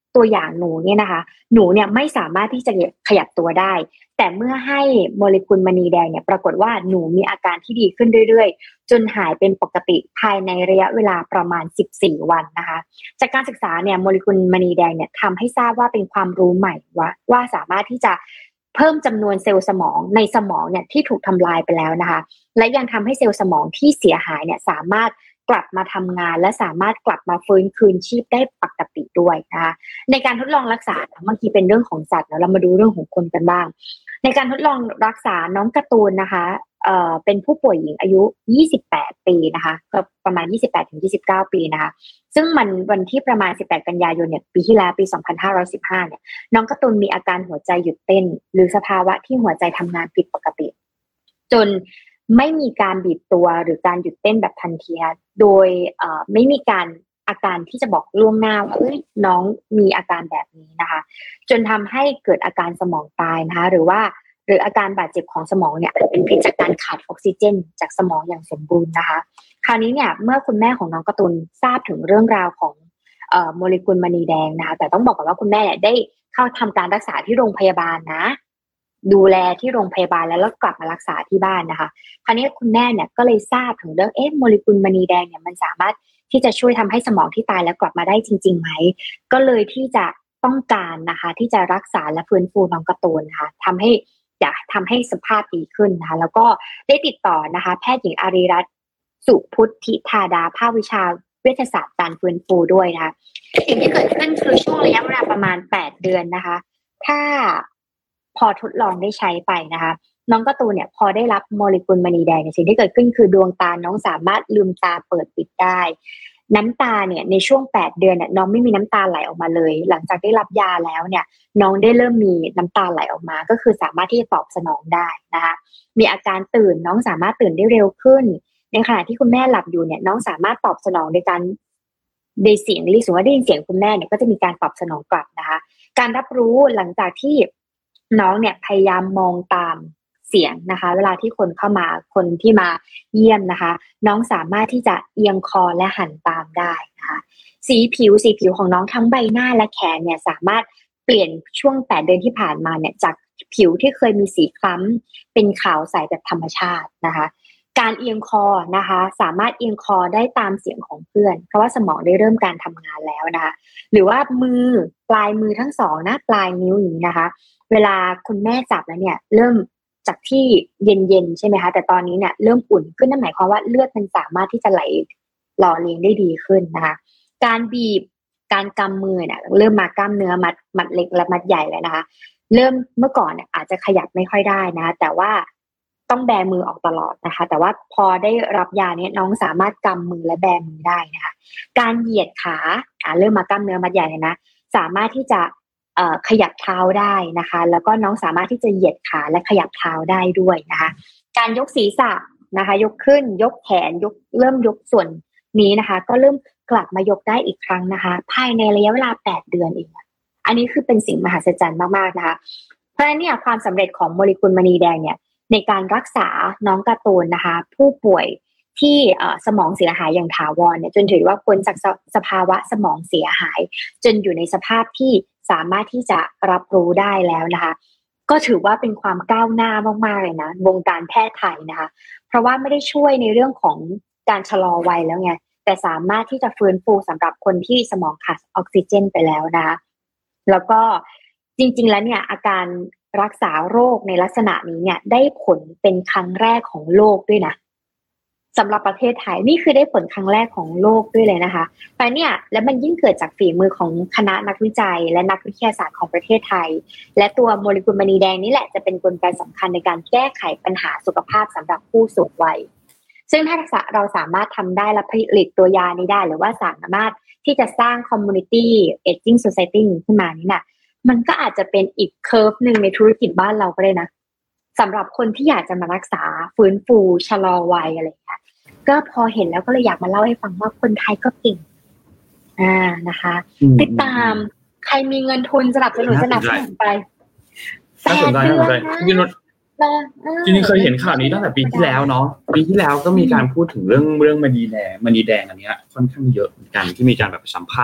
ตัวอย่างหนูเนี่ยนะคะหนูเนี่ยไม่สามารถที่จะขยับตัวได้แต่เมื่อให้โมเลกุลมณีแดงเนี่ยปรากฏว่าหนูมีอาการที่ดีขึ้นเรื่อยๆจนหายเป็นปกติภายในระยะเวลาประมาณสิบสี่วันนะคะจากการศึกษาเนี่ยโมเลกุลมณีแดงเนี่ยทำให้ทราบว่าเป็นความรู้ใหม่ว่าว่าสามารถที่จะเพิ่มจำนวนเซลล์สมองในสมองเนี่ยที่ถูกทำลายไปแล้วนะคะและยังทำให้เซลล์สมองที่เสียหายเนี่ยสามารถกลับมาทำงานและสามารถกลับมาฟื้นคืนชีพได้ปกติด้วยนะคะในการทดลองรักษาบางทีเป็นเรื่องของสัตว์แล้วเรามาดูเรื่องของคนกันบ้างในการทดลองรักษาน้องการ์ตูนนะคะเอ่อเป็นผู้ป่วยหญิงอายุยี่สิบแปดปีนะคะก็ประมาณ ยี่สิบแปดถึงยี่สิบเก้า ปีนะคะซึ่งมันวันที่ประมาณสิบแปดกันยายนเนี่ยปีที่แล้วปีสองพันห้าร้อยสิบห้าเนี่ยน้องการ์ตูนมีอาการหัวใจหยุดเต้นหรือสภาวะที่หัวใจทำงานผิดปกติจนไม่มีการบีบตัวหรือการหยุดเต้นแบบทันทีโดยเอ่อไม่มีการอาการที่จะบอกล่วงหน้าว่าเอ้ยน้องมีอาการแบบนี้นะคะจนทำให้เกิดอาการสมองตายนะคะหรือว่าหรืออาการบาดเจ็บของสมองเนี่ยเป็นผลจากการขาดออกซิเจนจากสมองอย่างสมบูรณ์นะคะคราวนี้เนี่ยเมื่อคุณแม่ของน้องการ์ตูนทราบถึงเรื่องราวของเอ่อโมเลกุลมณีแดงนะคะแต่ต้องบอกก่อนว่าคุณแม่เนี่ยได้เข้าทำการรักษาที่โรงพยาบาลนะดูแลที่โรงพยาบาลแล้วแล้วกลับมารักษาที่บ้านนะคะคราวนี้คุณแม่เนี่ยก็เลยทราบถึงเรื่องเอ๊ะโมเลกุลมณีแดงเนี่ยมันสามารถที่จะช่วยทำให้สมองที่ตายแล้วกลับมาได้จริงๆไหมก็เลยที่จะต้องการนะคะที่จะรักษาและฟื้นฟูน้องการ์ตูนนะคะทำให้อยากทำให้สภาพดีขึ้นนะคะแล้วก็ได้ติดต่อนะคะแพทย์หญิงอารีรัตน์สุพุทธิธาดาภาควิชาเวชศาสตร์การฟื้นฟูด้วยนะคะสิ่งที่เกิดขึ้นคือช่วงระยะเวลาประมาณแปดเดือนนะคะถ้าพอทดลองได้ใช้ไปนะคะน้องการ์ตูนเนี่ยพอได้รับโมเลกุลมณีแดงสิ่งที่เกิดขึ้นคือดวงตาน้องสามารถลืมตาเปิดปิดได้น้ำตาเนี่ยในช่วงแปดเดือนเนี่ยน้องไม่มีน้ำตาไหลออกมาเลยหลังจากได้รับยาแล้วเนี่ยน้องได้เริ่มมีน้ำตาไหลออกมาก็คือสามารถที่จะตอบสนองได้นะคะมีอาการตื่นน้องสามารถตื่นได้เร็วขึ้นในขณะที่คุณแม่หลับอยู่เนี่ยน้องสามารถตอบสนองโดยการได้เสียงสมมติว่าได้ยินเสียงคุณแม่เนี่ยก็จะมีการตอบสนองกลับนะคะการรับรู้หลังจากที่น้องเนี่ยพยายามมองตามเสียงนะคะเวลาที่คนเข้ามาคนที่มาเยี่ยมนะคะน้องสามารถที่จะเอียงคอและหันตามได้นะคะสีผิวสีผิวของน้องทั้งใบหน้าและแขนเนี่ยสามารถเปลี่ยนช่วงแปดเดือนที่ผ่านมาเนี่ยจากผิวที่เคยมีสีคล้ำเป็นขาวใสแบบธรรมชาตินะคะการเอียงคอนะคะสามารถเอียงคอได้ตามเสียงของเพื่อนเพราะว่าสมองได้เริ่มการทำงานแล้วนะคะหรือว่ามือปลายมือทั้งสองนะปลายนิ้วนี้นะคะเวลาคุณแม่จับแล้วเนี่ยเริ่มจากที่เย็นๆใช่ไหมคะแต่ตอนนี้เนี่ยเริ่มอุ่นขึ้นนั่นหมายความว่าเลือดมันสามารถที่จะไหลหล่อเลี้ยงได้ดีขึ้นนะคะการบีบการกำมือเนี่ยเริ่มมากล้ามเนื้อมัดมัดเล็กและมัดใหญ่แล้วนะคะเริ่มเมื่อก่อนเนี่ยอาจจะขยับไม่ค่อยได้นะแต่ว่าต้องแบมือออกตลอดนะคะแต่ว่าพอได้รับยาเนี่ยน้องสามารถกำมือและแบมือได้นะคะการเหยียดขาอ่าเริ่มมากล้ามเนื้อมัดใหญ่เลยนะสามารถที่จะเอ่อขยับเท้าได้นะคะแล้วก็น้องสามารถที่จะเหยียดขาและขยับเท้าได้ด้วยนะคะการยกศีรษะนะคะยกขึ้นยกแขนยกเริ่มยกส่วนนี้นะคะก็เริ่มกลับมายกได้อีกครั้งนะคะภายในระยะเวลาแปดเดือนเองอันนี้คือเป็นสิ่งมหัศจรรย์มากๆนะคะเพราะฉะนั้นเนี่ยความสำเร็จของโมเลกุลมณีแดงเนี่ยในการรักษาน้องการ์ตูนนะคะผู้ป่วยที่สมองเสียหายอย่างถาวรเนี่ยจนถือว่าพ้นจากสภาวะสมองเสียหายจนอยู่ในสภาพที่สามารถที่จะรับรู้ได้แล้วนะคะก็ถือว่าเป็นความก้าวหน้ามากๆเลยนะวงการแพทย์ไทยนะคะเพราะว่าไม่ได้ช่วยในเรื่องของการชะลอวัยแล้วไงแต่สามารถที่จะฟื้นฟูสำหรับคนที่สมองขาดออกซิเจนไปแล้วนะคะแล้วก็จริงๆแล้วเนี่ยอาการรักษาโรคในลักษณะนี้เนี่ยได้ผลเป็นครั้งแรกของโลกด้วยนะสำหรับประเทศไทยนี่คือได้ผลครั้งแรกของโลกด้วยเลยนะคะแต่เนี่ยและมันยิ่งเกิดจากฝีมือของคณะนักวิจัยและนักวิทยาศาสตร์ของประเทศไทยและตัวโมเลกุลมณีแดงนี่แหละจะเป็นกลไกสำคัญในการแก้ไขปัญหาสุขภาพสำหรับผู้สูงวัยซึ่งถ้าเราสามารถทำได้และผลิตตัวยานี้ได้หรือว่าสามารถที่จะสร้าง community aging society ขึ้นมานี่นะมันก็อาจจะเป็นอีกเคอร์ฟนึงในธุรกิจบ้านเราก็ได้นะสำหรับคนที่อยากจะมารักษาฟื้นฟูชะลอวัยอะไรอย่างเงี้ยก็พอเห็นแล้วก็เลยอยากมาเล่าให้ฟังว่าคนไทยก็เก่งอ่านะคะติดตามใครมีเงินทุนสนับสนุนสนับสนุนไปแปดเดือนนะจริงๆเคยเห็นข่าวนี้ตั้งแต่ปีที่แล้วเนาะปีที่แล้วก็มีการพูดถึงเรื่องเรื่องมณีแดงมณีแดงอันเนี้ยค่อนข้างเยอะเหมือนกันที่มีการแบบสัมภาษณ์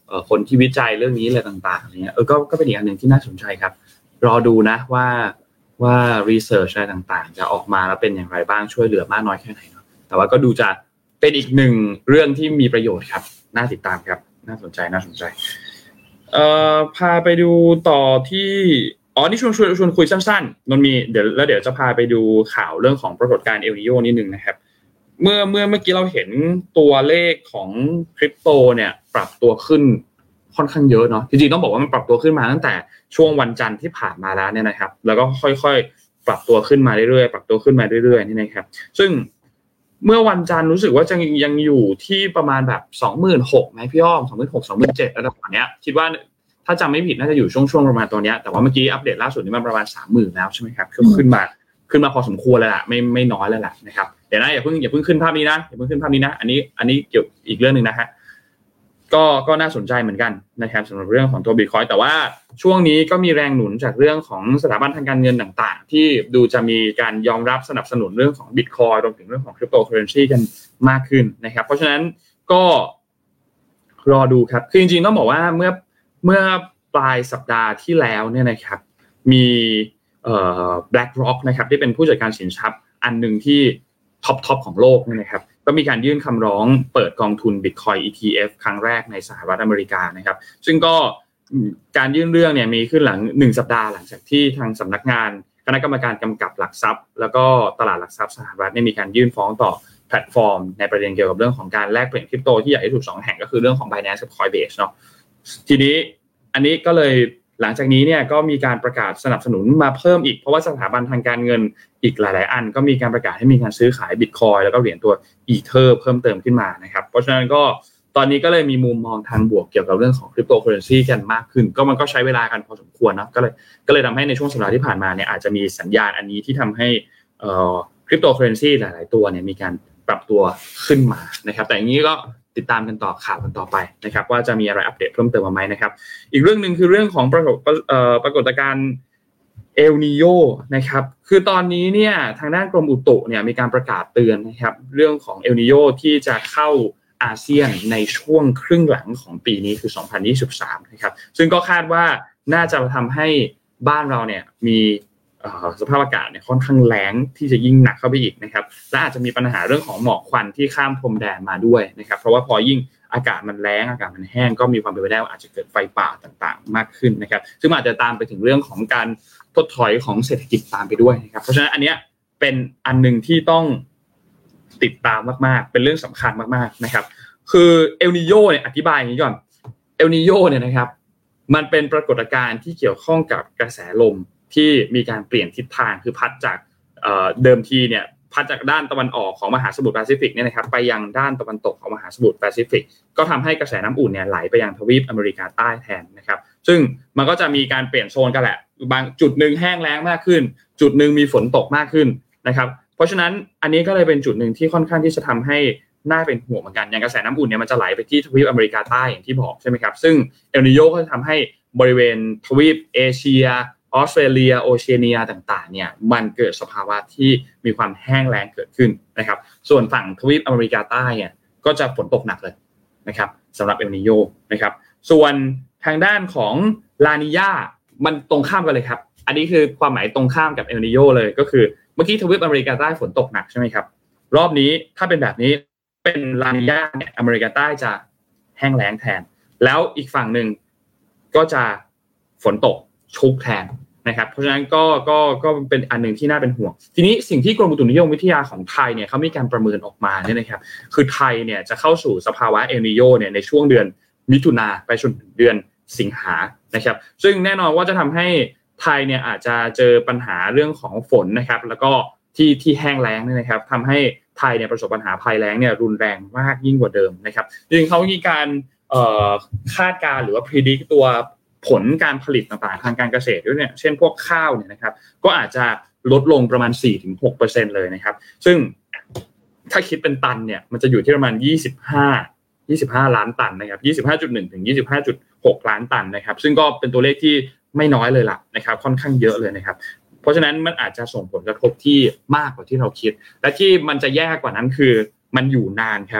เอ่อคนที่วิจัยเรื่องนี้อะไรต่างๆเนี่ยเออก็ก็เป็นอีกอันนึงที่น่าสนใจครับรอดูนะว่าว่ารีเสิร์ชอะไรต่างๆจะออกมาแล้วเป็นอย่างไรบ้างช่วยเหลือมากน้อยแค่ไหนเนาะแต่ว่าก็ดูจะเป็นอีกหนึ่งเรื่องที่มีประโยชน์ครับน่าติดตามครับน่าสนใจน่าสนใจเอ่อพาไปดูต่อที่อ๋อนี่ชวนชวนชวนคุยสั้นๆนนมีเดี๋ยวแล้วเดี๋ยวจะพาไปดูข่าวเรื่องของปรากฏการณ์เอลนิโญนิดนึงนะครับเมื่อเมื่อเมื่อกี้เราเห็นตัวเลขของคริปโตเนี่ยปรับตัวขึ้นค่อนข้างเยอะเนาะจริงๆต้องบอกว่ามันปรับตัวขึ้นมาตั้งแต่ช่วงวันจันทร์ที่ผ่านมาแล้วเนี่ยนะครับแล้วก็ค่อยๆปรับตัวขึ้นมาเรื่อยๆปรับตัวขึ้นมาเรื่อยๆนี่นะครับซึ่งเมื่อวันจันทร์รู้สึกว่าจะยังอยู่ที่ประมาณแบบ สองหมื่นหกพัน มั้ยพี่อ้อม สองหมื่นหกพัน สองหมื่นเจ็ดพัน ระดับเนี้ยคิดว่าถ้าจำไม่ผิดน่าจะอยู่ช่วงๆประมาณตัวเนี้ยแต่ว่าเมื่อกี้อัปเดตล่าสุดนี่มันประมาณ สามหมื่น แล้วใช่มั้ยครับขึ้นมาขึ้นมาพอสมควรแล้วล่ะไม่ไม่น้อยแล้วล่ะนะครับเดี๋ยวนะอย่าเพิ่งอย่าเพิ่งขึ้นภาพนี้นะอย่าเพิ่งขึ้นภาพนี้นะอันนี้อันนี้เกี่ยวอีกเรื่องนึงนะฮะก็ก็น่าสนใจเหมือนกันนะครับสำหรับเรื่องของตัว Bitcoin แต่ว่าช่วงนี้ก็มีแรงหนุนจากเรื่องของสถาบันทางการเงินต่างๆที่ดูจะมีการยอมรับสนับสนุนเรื่องของ Bitcoin รวมถึงเรื่องของ Cryptocurrency กันมากขึ้นนะครับเพราะฉะนั้นก็รอดูครับคือจริงๆต้องบอกว่าเมื่อเมื่อปลายสัปดาห์ที่แล้วเนี่ยนะครับมีเอ่อ BlackRock นะครับที่เป็นผู้จัดการสินทรัพย์อันนึงที่ท็อปๆของโลกเนี่ยนะครับก็มีการยื่นคำร้องเปิดกองทุน Bitcoin อี ที เอฟ ครั้งแรกในสหรัฐอเมริกานะครับซึ่งก็การยื่นเรื่องเนี่ยมีขึ้นหลังหนึ่งสัปดาห์หลังจากที่ทางสำนักงานคณะกรรมการกำกับหลักทรัพย์แล้วก็ตลาดหลักทรัพย์สหรัฐเนี่ยมีการยื่นฟ้องต่อแพลตฟอร์มในประเด็นเกี่ยวกับเรื่องของการแลกเปลี่ยนคริปโตที่ใหญ่ที่สุดสองแห่งก็คือเรื่องของ Binance กับ Coinbase เนาะทีนี้อันนี้ก็เลยหลังจากนี้เนี่ยก็มีการประกาศสนับสนุนมาเพิ่มอีกเพราะว่าสถาบันทางการเงินอีกหลายๆอันก็มีการประกาศให้มีการซื้อขาย Bitcoin แล้วก็เหรียญตัว Ether เพิ่มเติมขึ้นมานะครับเพราะฉะนั้นก็ตอนนี้ก็เลยมีมุมมองทางบวกเกี่ยวกับเรื่องของ Cryptocurrency กันมากขึ้นก็มันก็ใช้เวลากันพอสมควรนะก็เลยก็เลยทำให้ในช่วงสัปดาห์ที่ผ่านมาเนี่ยอาจจะมีสัญญาณอันนี้ที่ทำให้เอ่อ Cryptocurrency หลายๆตัวเนี่ยมีการปรับตัวขึ้นมานะครับแต่อย่างนี้ก็ติดตามกันต่อข่าวกันต่อไปนะครับว่าจะมีอะไรอัปเดตเพิ่มเติมมาไหมนะครับอีกเรื่องนึงคือเรื่องของปรากฏเอ่อปรากฏการณ์เอลนีโญนะครับคือตอนนี้เนี่ยทางด้านกรมอุตุเนี่ยมีการประกาศเตือนนะครับเรื่องของเอลนีโญที่จะเข้าอาเซียนในช่วงครึ่งหลังของปีนี้คือสองพันยี่สิบสามนะครับซึ่งก็คาดว่าน่าจะทำให้บ้านเราเนี่ยมีสภาพอากาศเนี่ยค่อนข้างแล้งที่จะยิ่งหนักเข้าไปอีกนะครับและอาจจะมีปัญหาเรื่องของหมอกควันที่ข้ามพรมแดนมาด้วยนะครับเพราะว่าพอยิ่งอากาศมันแล้งอากาศมันแห้งก็มีความเป็นไปได้ว่าอาจจะเกิดไฟป่าต่างๆมากขึ้นนะครับซึ่งอาจจะตามไปถึงเรื่องของการถดถอยของเศรษฐกิจตามไปด้วยนะครับเพราะฉะนั้นอันเนี้ยเป็นอันนึงที่ต้องติดตามมากๆเป็นเรื่องสำคัญมากๆนะครับคือเอลนีโญเนี่ยอธิบายอย่างนี้ก่อนเอลนีโญเนี่ยนะครับมันเป็นปรากฏการณ์ที่เกี่ยวข้องกับกระแสลมที่มีการเปลี่ยนทิศทางคือพัดจากเดิมทีเนี่ยพัดจากด้านตะวันออกของมหาสมุทรแปซิฟิกเนี่ยนะครับไปยังด้านตะวันตกของมหาสมุทรแปซิฟิกก็ทำให้กระแสน้ำอุ่นเนี่ยไหลไปยังทวีปอเมริกาใต้แทนนะครับซึ่งมันก็จะมีการเปลี่ยนโซนกันแหละบางจุดนึงแห้งแล้งมากขึ้นจุดนึงมีฝนตกมากขึ้นนะครับเพราะฉะนั้นอันนี้ก็เลยเป็นจุดนึงที่ค่อนข้างที่จะทำให้น่าเป็นห่วงเหมือนกันอย่างกระแสน้ำอุ่นเนี่ยมันจะไหลไปที่ทวีปอเมริกาใต้อย่างที่บอกใช่ไหมครับซึ่งเอลนีโญก็จะทำให้บริเวณทวีปเอเชียออสเตรเลียโอเชียเนียต่างๆเนี่ยมันเกิดสภาวะที่มีความแห้งแล้งเกิดขึ้นนะครับส่วนฝั่งทวีปอเมริกาใต้เนี่ยก็จะฝนตกหนักเลยนะครับสำหรับเอลนีโญนะครับส่วนทางด้านของลานีญามันตรงข้ามกันเลยครับอันนี้คือความหมายตรงข้ามกับเอลนีโญเลยก็คือเมื่อกี้ทวีปอเมริกาใต้ฝนตกหนักใช่ไหมครับรอบนี้ถ้าเป็นแบบนี้เป็นลานีญาเนี่ยอเมริกาใต้จะแห้งแล้งแทนแล้วอีกฝั่งนึงก็จะฝนตกชุกแทนนะครับเพราะฉะนั้นก็ก็ก็เป็นอันนึงที่น่าเป็นห่วงทีนี้สิ่งที่กรมอุตุนิยมวิทยาของไทยเนี่ยเขามีการประเมินออกมาเนี่ยนะครับคือไทยเนี่ยจะเข้าสู่สภาวะเอลนีโญเนี่ยในช่วงเดือนมิถุนาไปจนถึงเดือนสิงหานะครับซึ่งแน่นอนว่าจะทำให้ไทยเนี่ยอาจจะเจอปัญหาเรื่องของฝนนะครับแล้วก็ที่ที่แห้งแล้งเนี่ยนะครับทำให้ไทยเนี่ยประสบปัญหาภัยแล้งเนี่ยรุนแรงมากยิ่งกว่าเดิมนะครับจริงๆเขามีการเอ่อคาดการณ์หรือว่า predict ตัวผลการผลิตต่างๆทางการเกษตรด้วยเนี่ยเช่นพวกข้าวเนี่ยนะครับก็อาจจะลดลงประมาณ สี่ถึงหกเปอร์เซ็นต์ เลยนะครับซึ่งถ้าคิดเป็นตันเนี่ยมันจะอยู่ที่ประมาณยี่สิบห้า ยี่สิบห้าล้านตันนะครับ ยี่สิบห้าจุดหนึ่ง ถึง ยี่สิบห้าจุดหกล้านตันนะครับซึ่งก็เป็นตัวเลขที่ไม่น้อยเลยล่ะนะครับค่อนข้างเยอะเลยนะครับเพราะฉะนั้นมันอาจจะส่งผลกระทบที่มากกว่าที่เราคิดและที่มันจะแย่กว่านั้นคือมันอยู่นานครับ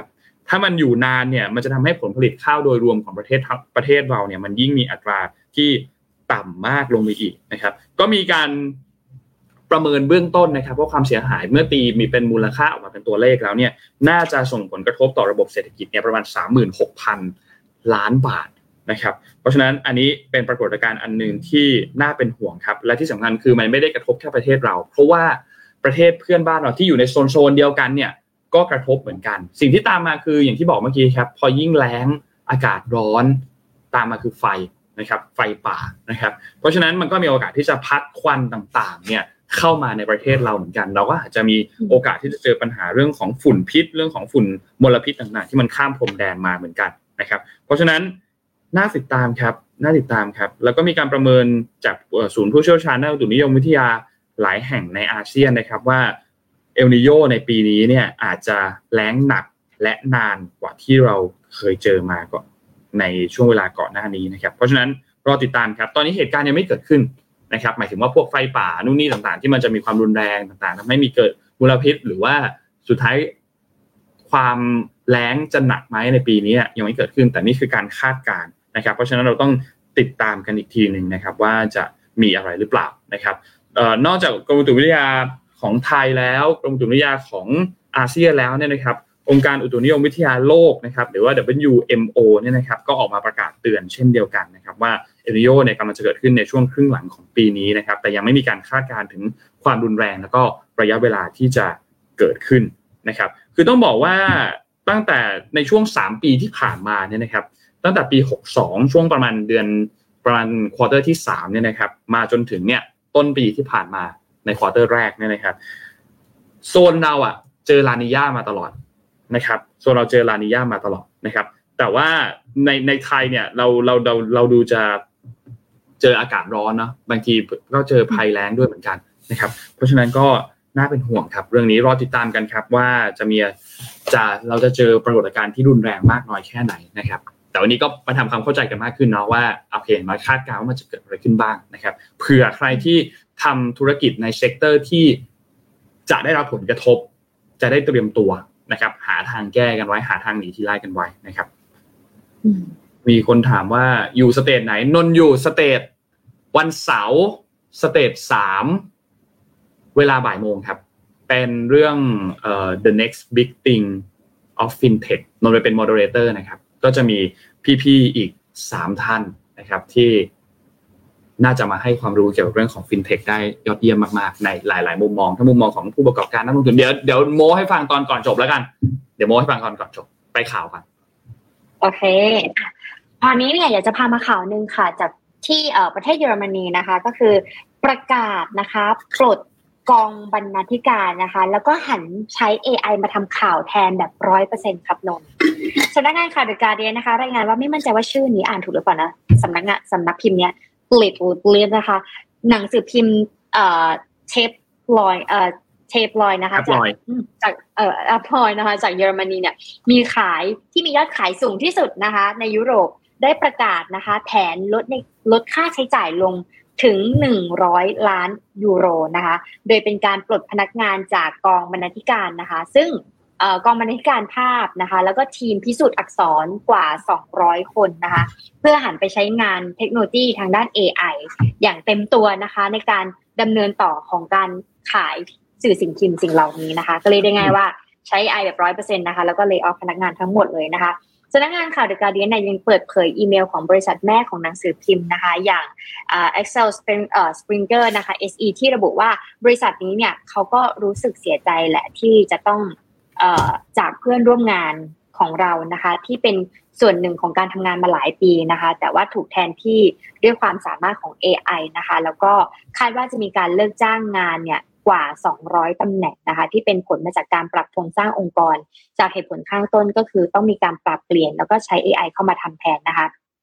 ถ้ามันอยู่นานเนี่ยมันจะทำให้ผลผลิตข้าวโดยรวมของประเทศประเทศเราเนี่ยมันยิ่งมีอัตราที่ต่ำมากลงไปอีกนะครับก็มีการประเมินเบื้องต้นนะครับว่าความเสียหายเมื่อตีมีเป็นมูลค่าออกมาเป็นตัวเลขแล้วเนี่ยน่าจะส่งผลกระทบต่อระบบเศรษฐกิจเนี่ยประมาณ สามหมื่นหกพัน ล้านบาทนะครับเพราะฉะนั้นอันนี้เป็นปรากฏการณ์อันนึงที่น่าเป็นห่วงครับและที่สำคัญคือมันไม่ได้กระทบแค่ประเทศเราเพราะว่าประเทศเพื่อนบ้านเราที่อยู่ในโซนโซนเดียวกันเนี่ยก็กระทบเหมือนกันสิ่งที่ตามมาคืออย่างที่บอกเมื่อกี้ครับพอยิ่งแล้งอากาศร้อนตามมาคือไฟนะครับไฟป่านะครับเพราะฉะนั้นมันก็มีโอกาสที่จะพัดควันต่างๆเนี่ยเข้ามาในประเทศเราเหมือนกันเราก็อาจจะมีโอกาสที่จะเจอปัญหาเรื่องของฝุ่นพิษเรื่องของฝุ่นมลพิษต่างๆที่มันข้ามพรมแดนมาเหมือนกันนะครับเพราะฉะนั้นน่าติดตามครับน่าติดตามครับแล้วก็มีการประเมินจากศูนย์ผู้เชี่ยวชาญด้านอุตุนิยมวิทยาหลายแห่งในอาเซียนนะครับว่าเอลนิโญในปีนี้เนี่ยอาจจะแล้งหนักและนานกว่าที่เราเคยเจอมาก่อนในช่วงเวลาก่อนหน้านี้นะครับเพราะฉะนั้นรอติดตามครับตอนนี้เหตุการณ์ยังไม่เกิดขึ้นนะครับหมายถึงว่าพวกไฟป่านู่นนี่ต่างๆที่มันจะมีความรุนแรงต่างๆทำให้มีเกิดมลพิษหรือว่าสุดท้ายความแล้งจะหนักไหมในปีนี้ยังไม่เกิดขึ้นแต่นี่คือการคาดการณ์นะครับเพราะฉะนั้นเราต้องติดตามกันอีกทีนึงนะครับว่าจะมีอะไรหรือเปล่านะครับเอ่อนอกจากกรมอุตุวิทยาของไทยแล้วกรมอุตุนิยมวิทยาของอาเซียนแล้วเนี่ยนะครับองค์การอุตุนิยมวิทยาโลกนะครับหรือว่า ดับเบิลยู เอ็ม โอ เนี่ยนะครับก็ออกมาประกาศเตือนเช่นเดียวกันนะครับว่าเอลนิโญเนี่ยกำลังจะเกิดขึ้นในช่วงครึ่งหลังของปีนี้นะครับแต่ยังไม่มีการคาดการณ์ถึงความรุนแรงแล้วก็ระยะเวลาที่จะเกิดขึ้นนะครับคือต้องบอกว่าตั้งแต่ในช่วงสามปีที่ผ่านมาเนี่ยนะครับตั้งแต่ปีหกสิบสองช่วงประมาณเดือนประมาณควอเตอร์ที่สามเนี่ยนะครับมาจนถึงเนี่ยต้นปีที่ผ่านมาในควอเตอร์แรกเนี่ยนะครับโซนเราอ่ะเจอลานีญามาตลอดนะครับโซนเราเจอลานีญามาตลอดนะครับแต่ว่าในในไทยเนี่ยเราเราเราเราดูจะเจออากาศร้อนเนาะบางทีก็เจอภัยแล้งด้วยเหมือนกันนะครับเพราะฉะนั้นก็น่าเป็นห่วงครับเรื่องนี้รอติดตามกันครับว่าจะมีจะเราจะเจอปรากฏการณ์ที่รุนแรงมากน้อยแค่ไหนนะครับแต่วันนี้ก็มาทำความเข้าใจกันมากขึ้นเนาะว่าโอเคมาคาดการณ์ว่ามันจะเกิดอะไรขึ้นบ้างนะครับเผื่อใครที่ทำธุรกิจในเซกเตอร์ที่จะได้รับผลกระทบจะได้เตรียมตัวนะครับหาทางแก้กันไว้หาทางหนีทีไล่กันไว้นะครับมีคนถามว่าอยู่สเตทไหนนนอยู่สเตทวันเสาร์สเตทสามเวลาบ่ายโมงครับเป็นเรื่องเอ่อ the next big thing of fintech นนไปเป็น moderator นะครับก็จะมีพี่ๆอีกสามท่านนะครับที่น่าจะมาให้ความรู้เกี่ยวกับเรื่องของ fintech ได้ยอดเยี่ยมมากๆในหลายๆมุมมองทั้งมุมมองของผู้ประกอบการนักลงทุนเดี๋ยวเดี๋ยวโม้ให้ฟังตอนก่อนจบแล้วกันเดี๋ยวโม้ให้ฟังตอนก่อนจบไปข่าวกันโอเคตอนนี้เนี่ยอยากจะพามาข่าวนึงค่ะจากที่เอ่อประเทศเยอรมนีนะคะก็คือประกาศนะคะปลดกองบรรณาธิการนะคะแล้วก็หันใช้ เอ ไอ มาทำข่าวแทนแบบ ร้อยเปอร์เซ็นต์ ครับนนท์สำนักงานข่าว The Guardian นะคะรายงานว่าไม่มั่นใจว่าชื่อนี้อ่านถูกหรือเปล่านะสำนักงานสำนักพิมพ์เนี้ยปลิดหรือปลิดนะคะหนังสือพิมพ์เอ่อเทปลอยเอ่อเทปลอยนะคะจากจากเอ่ออัพลอยนะคะจากเยอรมนีเนี่ยมีขายที่มียอดขายสูงที่สุดนะคะในยุโรปได้ประกาศนะคะแผนลดในลดค่าใช้จ่ายลงถึงหนึ่งร้อยล้านยูโรนะคะโดยเป็นการปลดพนักงานจากกองบรรณาธิการนะคะซึ่งเอ่อกองบรรณาธิการภาพนะคะแล้วก็ทีมพิสูจน์อักษรกว่าสองร้อยคนนะคะเพื่อหันไปใช้งานเทคโนโลยีทางด้าน เอ ไอ อย่างเต็มตัวนะคะในการดำเนินต่อของการขายสื่อสิ่งพิมพ์สิ่งเหล่านี้นะคะก็เลยได้ง่ายว่าใช้ เอ ไอ แบบ ร้อยเปอร์เซ็นต์ นะคะแล้วก็เลย์ออฟพนักงานทั้งหมดเลยนะคะสำนักงานข่าว The Guardian เนี่ยยังเปิดเผยอีเมลของบริษัทแม่ของหนังสือพิมพ์นะคะอย่างอ่า Axel Springer นะคะ เอส อี ที่ระบุว่าบริษัทนี้เนี่ยเขาก็รู้สึกเสียใจแหละที่จะต้องเอ่อจากเพื่อนร่วมงานของเรานะคะที่เป็นส่วนหนึ่งของการทำงานมาหลายปีนะคะแต่ว่าถูกแทนที่ด้วยความสามารถของ เอ ไอ นะคะแล้วก็คาดว่าจะมีการเลิกจ้างงานเนี่ยกว่าสองร้อยตำแหน่งนะคะที่เป็นผลมาจากการปรับโครงสร้างองค์กรจากเหตุผลข้างต้นก็คือต้องมีการปรับเปลี่ยนแล้วก็ใช้ เอ ไอ เข้ามาทำแทนนะคะ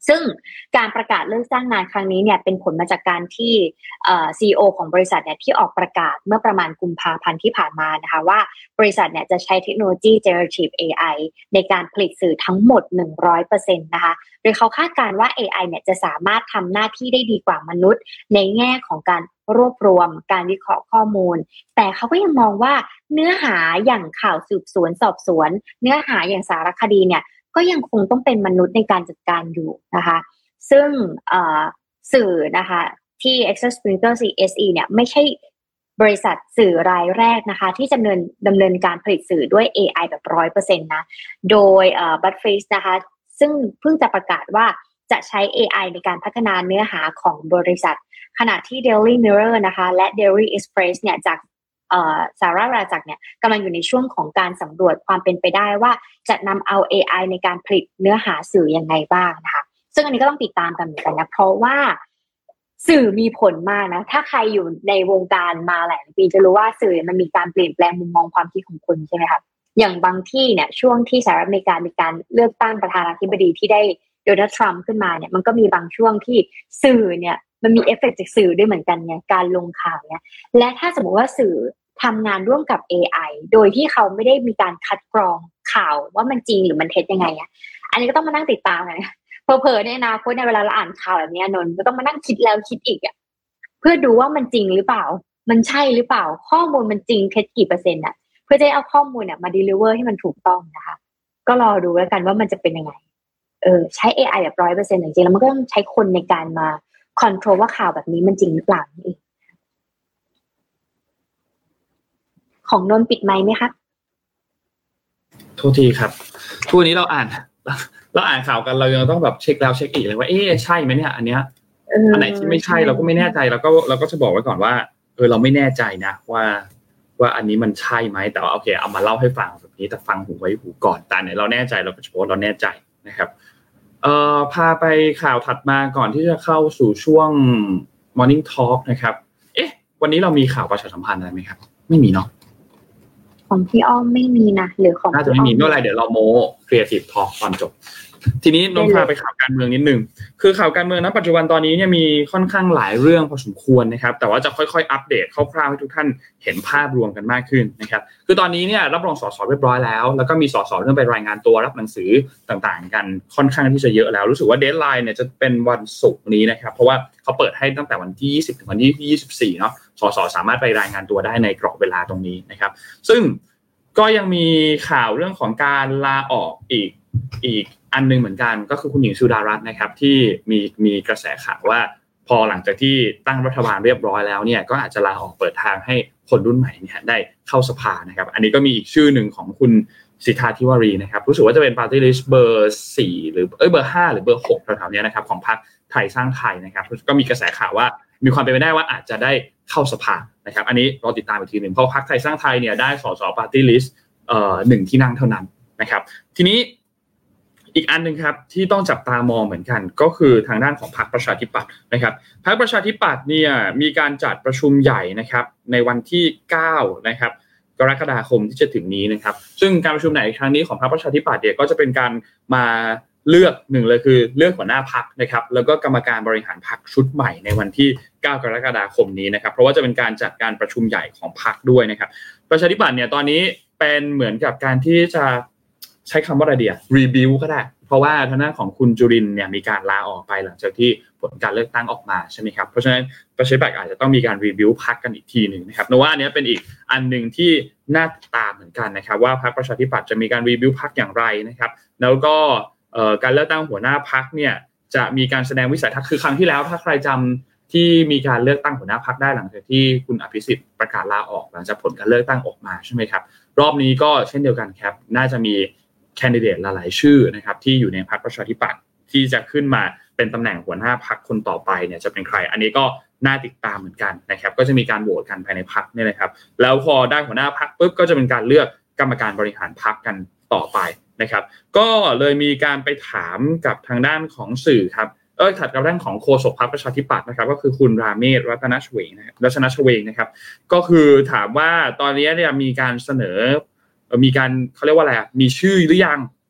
ซึ่งการประกาศเลิกจ้างงานครั้งนี้เนี่ยเป็นผลมาจากการที่เอ่อ ซี อี โอ ของบริษัทเนี่ยที่ออกประกาศเมื่อประมาณกุมภาพันธ์ที่ผ่านมานะคะว่าบริษัทเนี่ยจะใช้เทคโนโลยี Generative เอ ไอ ในการผลิตสื่อทั้งหมด หนึ่งร้อยเปอร์เซ็นต์ นะคะโดยเขาคาดการณ์ว่า เอ ไอ เนี่ยจะสามารถทำหน้าที่ได้ดีกว่ามนุษย์ในแง่ของการรวบรวมการวิเคราะห์ข้อมูลแต่เขาก็ยังมองว่าเนื้อหาอย่างข่าวสืบสวนสอบสวนเนื้อหาอย่างสารคดีเนี่ยก็ยังคงต้องเป็นมนุษย์ในการจัดการอยู่นะคะซึ่งสื่อนะคะที่ Access Sprinkler ซี เอส อี เนี่ยไม่ใช่บริษัทสื่อรายแรกนะคะที่ดำเนินดำเนินการผลิตสื่อด้วย เอ ไอ แบบ ร้อยเปอร์เซ็นต์ นะโดยเอ่อ Butterface นะคะซึ่งเพิ่งจะประกาศว่าจะใช้ เอ ไอ ในการพัฒนาเนื้อหาของบริษัทขณะที่ Daily Mirror นะคะและ Daily Express เนี่ยจากเอ่อสาราราจักรเนี่ยกำลังอยู่ในช่วงของการสำรวจความเป็นไปได้ว่าจะนำเอา เอ ไอ ในการผลิตเนื้อหาสื่อยังไงบ้างนะคะซึ่งอันนี้ก็ต้องติดตามกันเหมือนกันนะเพราะว่าสื่อมีผลมากนะถ้าใครอยู่ในวงการมาหลายปีจะรู้ว่าสื่อมันมีการเปลี่ยนแปลงมุมมองความคิดของคนใช่ไหมคะอย่างบางที่เนี่ยช่วงที่สหรัฐอเมริกามีการเลือกตั้งประธานาธิบดีที่ได้โดนัลด์ทรัมป์ขึ้นมาเนี่ยมันก็มีบางช่วงที่สื่อเนี่ยมันมีเอฟเฟกต์จากสื่อด้วยเหมือนกันไงการลงข่าวเนี่ยและถ้าสมมติว่าสื่อทำงานร่วมกับ เอ ไอ โดยที่เขาไม่ได้มีการคัดกรองข่าวว่ามันจริงหรือมันเท็จยังไงอ่ะอันนี้ก็ต้องมานั่งติดตามกันเผลอๆในอนาคตในเวลาเราอ่านข่าวแบบนี้นนท์ก็ต้องมานั่งคิดแล้วคิดอีกอ่ะเพื่อดูว่ามันจริงหรือเปล่ามันใช่หรือเปล่าข้อมูลมันจริงเท็จกี่เปอร์เซ็นต์อ่ะเพื่อจะเอาข้อมูลเนี่ยมา deliver ให้มันถูกต้องนะคะก็รอดูแล้วกันว่ามันจะเป็นยังไงเออใช้ เอ ไอ แบบ ร้อยเปอร์เซ็นต์ จริงๆแล้วมันก็ต้องใช้คนในการมา control ว่าข่าวแบบนี้มันจริงหรือเปล่านี่ของนนท์ปิดไมค์ไหมครับโทษทีครับทุกวันนี้เราอ่านเราอ่านข่าวกันเรายังต้องแบบเช็คแล้วเช็คอีกเลยว่าเอ๊ะใช่ไหมเนี่ยอันเนี้ยอันไหนที่ไม่ใช่เราก็ไม่แน่ใจเราก็เราก็จะบอกไว้ก่อนว่าเออเราไม่แน่ใจนะว่าว่าอันนี้มันใช่ไหมแต่ว่าโอเคเอามาเล่าให้ฟังแบบนี้แต่ฟังหูไว้หูก่อนแต่ไหนเราแน่ใจเราก็จะบอกเราแน่ใจนะครับเอ่อพาไปข่าวถัดมาก่อนที่จะเข้าสู่ช่วง Morning Talk นะครับเอ๊ะวันนี้เรามีข่าวประชาสัมพันธ์อะไรไหมครับไม่มีเนาะของพี่อ้อมไม่มีนะหรือของน่าจะไม่มีเมื่อไรเดี๋ยวเราโม้ Creative Talk ตอนจบทีนี้นนท์พาไปข่าวการเมืองนิดนึงคือข่าวการเมืองณปัจจุบันตอนนี้เนี่ยมีค่อนข้างหลายเรื่องพอสมควรนะครับแต่ว่าจะค่อยๆอัปเดตคร่าวๆให้ทุกท่านเห็นภาพรวมกันมากขึ้นนะครับคือตอนนี้เนี่ยรับรองสสเรียบร้อยแล้วแล้วก็มีสสเรื่องไปรายงานตัวรับหนังสือต่างๆกันค่อนข้างที่จะเยอะแล้วรู้สึกว่าเดดไลน์เนี่ยจะเป็นวันศุกร์นี้นะครับเพราะว่าเขาเปิดให้ตั้งแต่วันที่ยี่สิบถึงวันที่ยี่สิบสี่เนาะสสสามารถไปรายงานตัวได้ในกรอบเวลาตรงนี้นะครับซึ่งก็ยังมีข่าวเรื่องของการลาออกอีกอีกอันนึงเหมือนกันก็คือคุณหญิงสุดารัตน์นะครับที่มีมีกระแสข่าวว่าพอหลังจากที่ตั้งรัฐบาลเรียบร้อยแล้วเนี่ยก็อาจจะลาออกเปิดทางให้คนรุ่นใหม่เนี่ยได้เข้าสภานะครับอันนี้ก็มีอีกชื่อหนึ่งของคุณสิทธาธิวารีนะครับรู้สึกว่าจะเป็นปาร์ตี้ลิสต์เบอร์สี่หรือเอ้ยเบอร์ห้าหรือเบอร์หกแถวๆนี้นะครับของพรรคไทยสร้างไทยนะครับก็มีกระแสข่าวว่ามีความเป็นไปได้ว่าอาจจะได้เข้าสภานะครับอันนี้รอติดตามอีกทีนึงเพราะพรรคไทยสร้างไทยเนี่ยได้สสปาร์ตี้ลิสต์เอ่อหนึ่งที่นั่งเท่านั้นนะครับทีนี้อีกอันนึงครับที่ต้องจับตามองเหมือนกันก็คือทางด้านของพรรคประชาธิปัตย์นะครับพรรคประชาธิปัตย์เนี่ยมีการจัดประชุมใหญ่นะครับในวันที่เก้านะครับกรกฎาคมที่จะถึงนี้นะครับซึ่งการประชุมใหญ่ครั้งนี้ของพรรคประชาธิปัตย์เนี่ยก็จะเป็นการมาเลือกหนึ่งเลยคือเลือกหัวหน้าพรรคนะครับแล้วก็กรรมการบริหารพรรคชุดใหม่ในวันที่เก้ากรกฎาคมนี้นะครับเพราะว่าจะเป็นการจัดการประชุมใหญ่ของพรรคด้วยนะครับประชาธิปัตย์เนี่ยตอนนี้เป็นเหมือนกับการที่จะใช้คำว่าอะไรดีอะรีบิวก็ได้เพราะว่าทางด้านของคุณจุรินทร์เนี่ยมีการลาออกไปหลังจากที่ผลการเลือกตั้งออกมาใช่ไหมครับเพราะฉะนั้นประชาธิปัตย์อาจจะต้องมีการรีบิวพรรคกันอีกทีนึงนะครับเพราะว่าอันนี้เป็นอีกอันนึงที่น่าตามเหมือนกันนะครับว่าพรรคประชาธิปัตย์จะมีการรีบิวพรรคอย่างไรนะครับแล้วก็การเลือกตั้งหัวหน้าพรรคเนี่ยจะมีการแสดงวิสัยทัศน์คือครั้งที่แล้วถ้าใครจำที่มีการเลือกตั้งหัวหน้าพรรคได้หลังจากที่คุณอภิสิทธิ์ประกาศลาออกหลังจากผลการเลือกตั้งออกมาใช่ไหมครับรอบนี้ก็เช่นเดียวกันครับน่าจะมีแคนดิเดตหลายๆชื่อนะครับที่อยู่ในพรรคประชาธิปัตย์ที่จะขึ้นมาเป็นตำแหน่งหัวหน้าพรรคคนต่อไปเนี่ยจะเป็นใครอันนี้ก็น่าติดตามเหมือนกันนะครับก็จะมีการโหวตกันภายในพรรคนี่นะครับแล้วพอได้หัวหน้าพรรคปุ๊บก็จะเป็นการเลือกกรรมการบริหารพรรคกันต่อไปนะครับก็เลยมีการไปถามกับทางด้านของสื่อครับเออถัดกับด้านของโฆษกพรรคประชาธิปัตย์นะครับก็คือคุณราเมศรัตนชเวงนะครับรัตนชเวงนะครับก็คือถามว่าตอนนี้เนี่ยมีการเสนอมีการเขาเรียกว่าอะไรอ่ะมีชื่อหรือยัง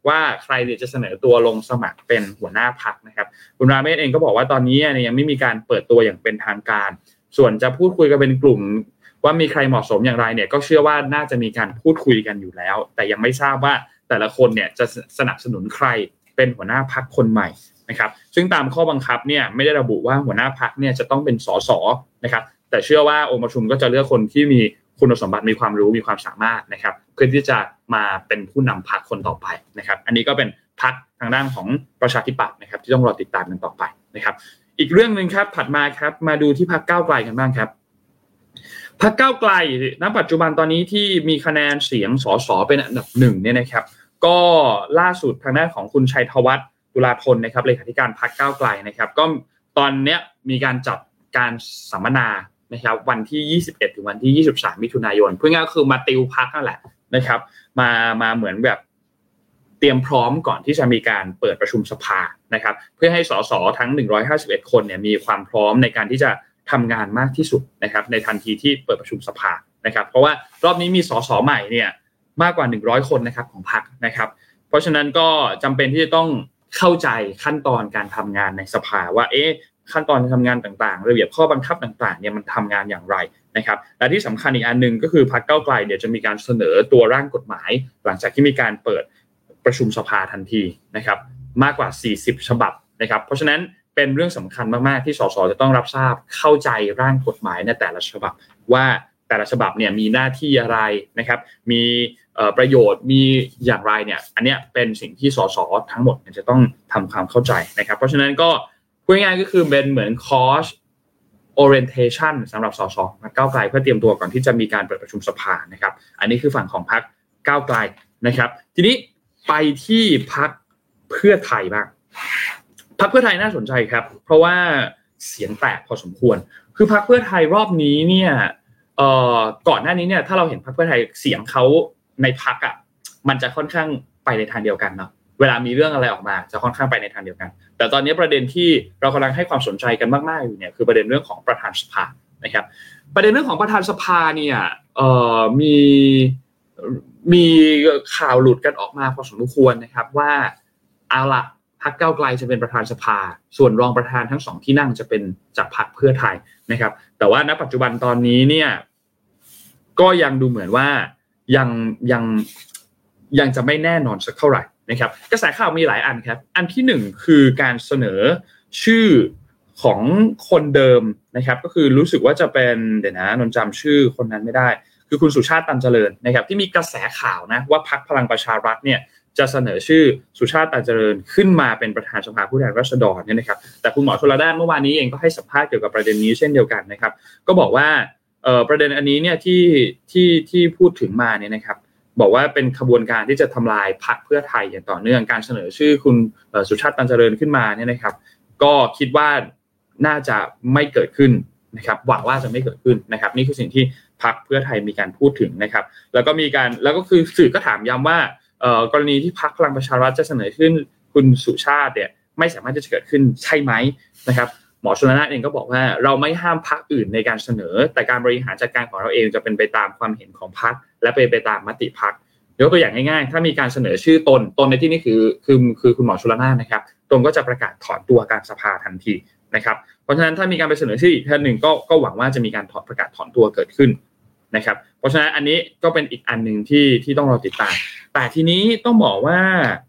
ว่าใครเนี่ยจะเสนอตัวลงสมัครเป็นหัวหน้าพรรคนะครับคุณราเมศเองก็บอกว่าตอนนี้เนี่ยยังไม่มีการเปิดตัวอย่างเป็นทางการส่วนจะพูดคุยกันเป็นกลุ่มว่ามีใครเหมาะสมอย่างไรเนี่ยก็เชื่อว่าน่าจะมีการพูดคุยกันอยู่แล้วแต่ยังไม่ทราบว่าแต่ละคนเนี่ยจะสนับสนุนใครเป็นหัวหน้าพรรคคนใหม่นะครับซึ่งตามข้อบังคับเนี่ยไม่ได้ระบุว่าหัวหน้าพรรคเนี่ยจะต้องเป็นสสนะครับแต่เชื่อว่าองค์ประชุมก็จะเลือกคนที่มีคุณสมบัติมีความรู้มีความสามารถนะครับเพื่อที่จะมาเป็นผู้นำพรรคคนต่อไปนะครับอันนี้ก็เป็นพรรคทางด้านของประชาธิปัตย์นะครับที่ต้องรอติดตามกันต่อไปนะครับอีกเรื่องนึงครับถัดมาครับมาดูที่พรรคก้าวไกลกันบ้างครับพรรคก้าวไกลณปัจจุบันตอนนี้ที่มีคะแนนเสียงสสเป็นอันดับหนึ่งเนี่ยนะครับก็ล่าสุดทางด้านของคุณชัยธวัฒน์ตุลาธนนะครับเลขาธิการพรรคก้าวไกลนะครับก็ตอนเนี้ยมีการจัดการสัมมนานะครับวันที่ยี่สิบเอ็ดถึงวันที่ยี่สิบสามมิถุนายนเพื่อง่ายก็คือมาติวพรรคนั่นแหละนะครับมามาเหมือนแบบเตรียมพร้อมก่อนที่จะมีการเปิดประชุมสภานะครับเพื่อให้สสทั้งหนึ่งร้อยห้าสิบเอ็ดคนเนี่ยมีความพร้อมในการที่จะทำงานมากที่สุดนะครับในทันทีที่เปิดประชุมสภานะครับเพราะว่ารอบนี้มีสสใหม่เนี่ยมากกว่าหนึ่งร้อยคนนะครับของพรรคนะครับเพราะฉะนั้นก็จำเป็นที่จะต้องเข้าใจขั้นตอนการทำงานในสภาว่าเอ๊ะขั้นตอนการทำงานต่างๆระเบียบข้อบังคับต่างๆเนี่ยมันทำงานอย่างไรนะครับและที่สำคัญอีกอันนึงก็คือพรรคก้าวไกลเดี๋ยวจะมีการเสนอตัวร่างกฎหมายหลังจากที่มีการเปิดประชุมสภาทันทีนะครับมากกว่าสี่สิบฉบับนะครับเพราะฉะนั้นเป็นเรื่องสำคัญมากๆที่สสจะต้องรับทราบเข้าใจร่างกฎหมายในแต่ละฉบับว่าแต่ละฉบับเนี่ยมีหน้าที่อะไรนะครับมีประโยชน์มีอย่างไรเนี่ยอันเนี้ยเป็นสิ่งที่สสทั้งหมดจะต้องทำความเข้าใจนะครับเพราะฉะนั้นก็พูดง่ายๆก็คือเป็นเหมือนคอร์ส orientation สำหรับสสพรรคก้าวไกลเพื่อเตรียมตัวก่อนที่จะมีการเปิดประชุมสภานะครับอันนี้คือฝั่งของพรรคก้าวไกลนะครับทีนี้ไปที่พรรคเพื่อไทยบ้างพรรคเพื่อไทยน่าสนใจครับเพราะว่าเสียงแตกพอสมควรคือพรรคเพื่อไทยรอบนี้เนี่ยเอ่อก่อนหน้านี้เนี่ยถ้าเราเห็นพรรคเพื่อไทยเสียงเขาในพรรคอ่ะมันจะค่อนข้างไปในทางเดียวกันเนาะเวลามีเรื่องอะไรออกมาจะค่อนข้างไปในทางเดียวกันแต่ตอนนี้ประเด็นที่เรากำลังให้ความสนใจกันมากๆอยู่เนี่ยคือประเด็นเรื่องของประธานสภานะครับประเด็นเรื่องของประธานสภาเนี่ยเอ่อมีมีข่าวหลุดกันออกมาพอสมควรนะครับว่าเอาล่ะพรรคก้าวไกลจะเป็นประธานสภาส่วนรองประธานทั้งสองที่นั่งจะเป็นจากพรรคเพื่อไทยนะครับแต่ว่าณปัจจุบันตอนนี้เนี่ยก็ยังดูเหมือนว่ายังยังยังจะไม่แน่นอนสักเท่าไหร่นะครับกระแสข่าวมีหลายอันครับอันที่หนึ่งคือการเสนอชื่อของคนเดิมนะครับก็คือรู้สึกว่าจะเป็นเดี๋ยวนะนนจำชื่อคนนั้นไม่ได้คือคุณสุชาติตันเจริญนะครับที่มีกระแสข่าวนะว่าพรรคพลังประชารัฐเนี่ยจะเสนอชื่อสุชาติตันเจริญขึ้นมาเป็นประธานสภาผู้แทนราษฎรเนี่ยนะครับแต่คุณหมอชลดาเมื่อวานนี้เองก็ให้สัมภาษณ์เกี่ยวกับประเด็นนี้เช่นเดียวกันนะครับก็บอกว่าเอ่อประเด็นอันนี้เนี่ยที่ที่ที่พูดถึงมาเนี่ยนะครับบอกว่าเป็นขบวนการที่จะทำลายพรรคเพื่อไทยอย่างต่อเนื่องการเสนอชื่อคุณสุชาติตันเจริญขึ้นมาเนี่ยนะครับก็คิดว่าน่าจะไม่เกิดขึ้นนะครับหวังว่าจะไม่เกิดขึ้นนะครับนี่คือสิ่งที่พรรคเพื่อไทยมีการพูดถึงนะครับแล้วก็มีการแล้วก็คือสื่อก็ถามย้ำว่าเอ่อกรณีที่พรรคพลังประชารัฐจะเสนอขึ้นคุณสุชาติเนี่ยไม่สามารถจะเกิดขึ้นใช่ไหมนะครับหมอชลนานเองก็บอกว่าเราไม่ห้ามพรรคอื่นในการเสนอแต่การบริหารจัดการของเราเองจะเป็นไปตามความเห็นของพรรคและเป็นไปตามมติพรรคยกตัวอย่างง่ายๆถ้ามีการเสนอชื่อตนตนในที่นี้คือคือคือคุณหมอชลนานนะครับตนก็จะประกาศถอนตัวการสภาทันทีนะครับเพราะฉะนั้นถ้ามีการไปเสนอชื่ออีกท่านหนึ่งก็ก็หวังว่าจะมีการถอนประกาศถอนตัวเกิดขึ้นนะครับเพราะฉะนั้นอันนี้ก็เป็นอีกอันนึงที่ที่ต้องรอติดตามแต่ทีนี้ต้องบอกว่า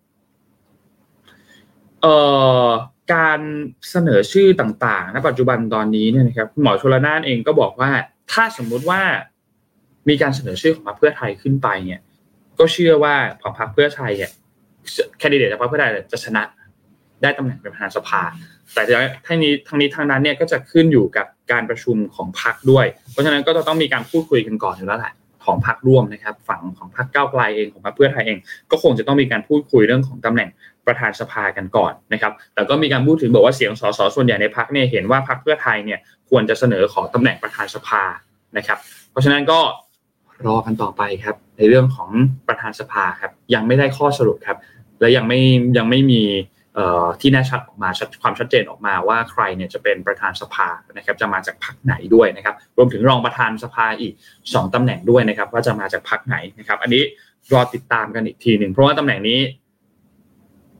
เอ่อการเสนอชื่อต่างๆณปัจจุบันตอนนี้เนี่ยนะครับคุณหมอชลนานเองก็บอกว่าถ้าสมมุติว่ามีการเสนอชื่อของพรรคเพื่อไทยขึ้นไปเนี่ยก็เชื่อว่าพอพรรคเพื่อไทยเนี่ยแคนดิเดตจากพรรคเพื่อไทยจะชนะได้ตำแหน่งเป็นประธานสภาแต่ทั้งนี้ทั้งนี้ทั้งนั้นเนี่ยก็จะขึ้นอยู่กับการประชุมของพรรคด้วยเพราะฉะนั้นก็จะต้องมีการพูดคุยกันก่อนอยู่แล้วแหละของพรรคร่วมนะครับฝั่งของพรรคก้าวไกลเองของพรรคเพื่อไทยเองก็คงจะต้องมีการพูดคุยเรื่องของตำแหน่งประธานสภากันก่อนนะครับแต่ก็มีการพูดถึงบอกว่าเสียงสสส่วนใหญ่ในพรรคเนี่ยเห็นว่าพรรคเพื่อไทยเนี่ยควรจะเสนอขอตำแหน่งประธานสภานะครับเพราะฉะนั้นก็รอกันต่อไปครับในเรื่องของประธานสภาครับยังไม่ได้ข้อสรุปครับและยังไม่ยังไม่มีที่แน่ชัดออกมาความชัดเจนออกมาว่าใครเนี่ยจะเป็นประธานสภานะครับจะมาจากพรรคไหนด้วยนะครับรวมถึงรองประธานสภาอีกสองตำแหน่งด้วยนะครับว่าจะมาจากพรรคไหนนะครับอันนี้รอติดตามกันอีกทีนึงเพราะว่าตำแหน่งนี้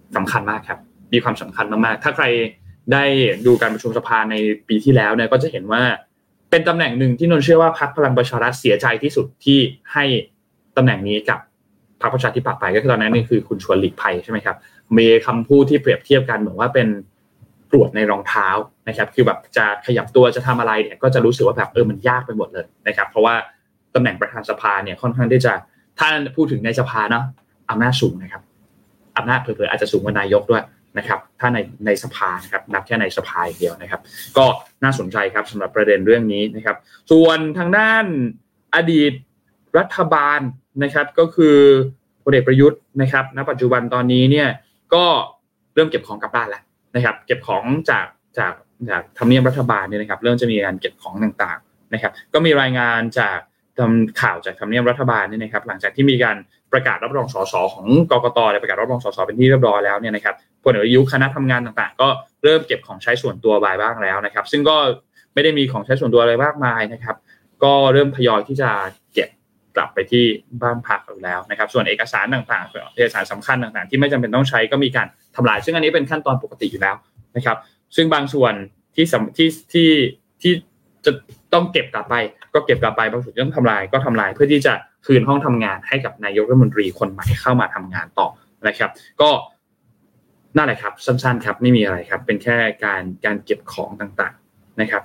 สำคัญมากครับมีความสำคัญมากๆถ้าใครได้ดูการประชุมสภาในปีที่แล้วเนี่ยก็จะเห็นว่าเป็นตำแหน่งหนึ่งที่นนท์เชื่อว่าพรรคพลังประชารัฐเสียใจที่สุดที่ให้ตำแหน่งนี้กับพรรคประชาธิปัตย์ไปก็คือตอนนั้นนี่คือคุณชวนหลีกภัยใช่ไหมครับมีคำพูดที่เปรียบเทียบกันเหมือนว่าเป็นกรวดในรองเท้านะครับคือแบบจะขยับตัวจะทำอะไรเนี่ยก็จะรู้สึกว่าแบบเออมันยากไปหมดเลยนะครับเพราะว่าตำแหน่งประธานสภาเนี่ยค่อนข้างที่จะถ้าพูดถึงในสภาเนาะอำนาจสูงนะครับอำนาจเผลอๆอาจจะสูงกว่านายกด้วยนะครับถ้าในในสภานะครับนับแค่ในสภาอย่างเดียวนะครับก็น่าสนใจครับสำหรับประเด็นเรื่องนี้นะครับส่วนทางด้านอดีตรัฐบาลนะครับก็คือพลเอกประยุทธ์นะครับณปัจจุบันตอนนี้เนี่ยก็เริ่มเก็บของกลับบ้านแล้วนะครับเก็บของจากจากจากทำเนียบรัฐบาลเนี่ยนะครับเริ่มจะมีการเก็บของต่างๆนะครับก็มีรายงานจากทำข่าวจากทำเนียบรัฐบาลเนี่ยนะครับหลังจากที่มีการประกาศรับรองสสของกกตประกาศรับรองสสเป็นที่เรียบร้อยแล้วเนี่ยนะครับพลเอกประยุทธ์คณะทำงานต่างๆก็เริ่มเก็บของใช้ส่วนตัวไปบ้างแล้วนะครับซึ่งก็ไม่ได้มีของใช้ส่วนตัวอะไรมากมายนะครับก็เริ่มทยอยที่จะเก็บกลับไปที่บ้านพักแล้วนะครับส่วนเอกสารต่างๆเอกสารสำคัญต่างๆที่ไม่จำเป็นต้องใช้ก็มีการทำลายซึ่งอันนี้เป็นขั้นตอนปกติอยู่แล้วนะครับซึ่งบางส่วนที่ที่ที่ที่จะต้องเก็บกลับไปก็เก็บกลับไปบางส่วนต้องทำลายก็ทำลายเพื่อที่จะคืนห้องทำงานให้กับนายกรัฐมนตรีคนใหม่เข้ามาทำงานต่อนะครับก็นั่นแหละครับสั้นๆครับไม่มีอะไรครับเป็นแค่การการเก็บของต่างๆนะครับ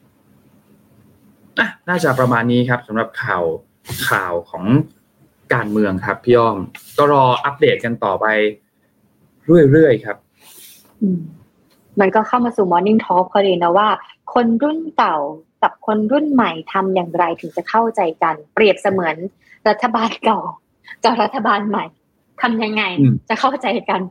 อ่ะน่าจะประมาณนี้ครับสำหรับข่าวข่าวของการเมืองครับพี่อ้อมก็รออัปเดตกันต่อไปเรื่อยๆครับมันก็เข้ามาสู่ Morning Talk พอดีนะว่าคนรุ่นเก่ากับคนรุ่นใหม่ทำอย่างไรถึงจะเข้าใจกันเปรียบเสมือนรัฐบาลเก่ากับรัฐบาลใหม่ทำยังไงจะเข้าใจกัน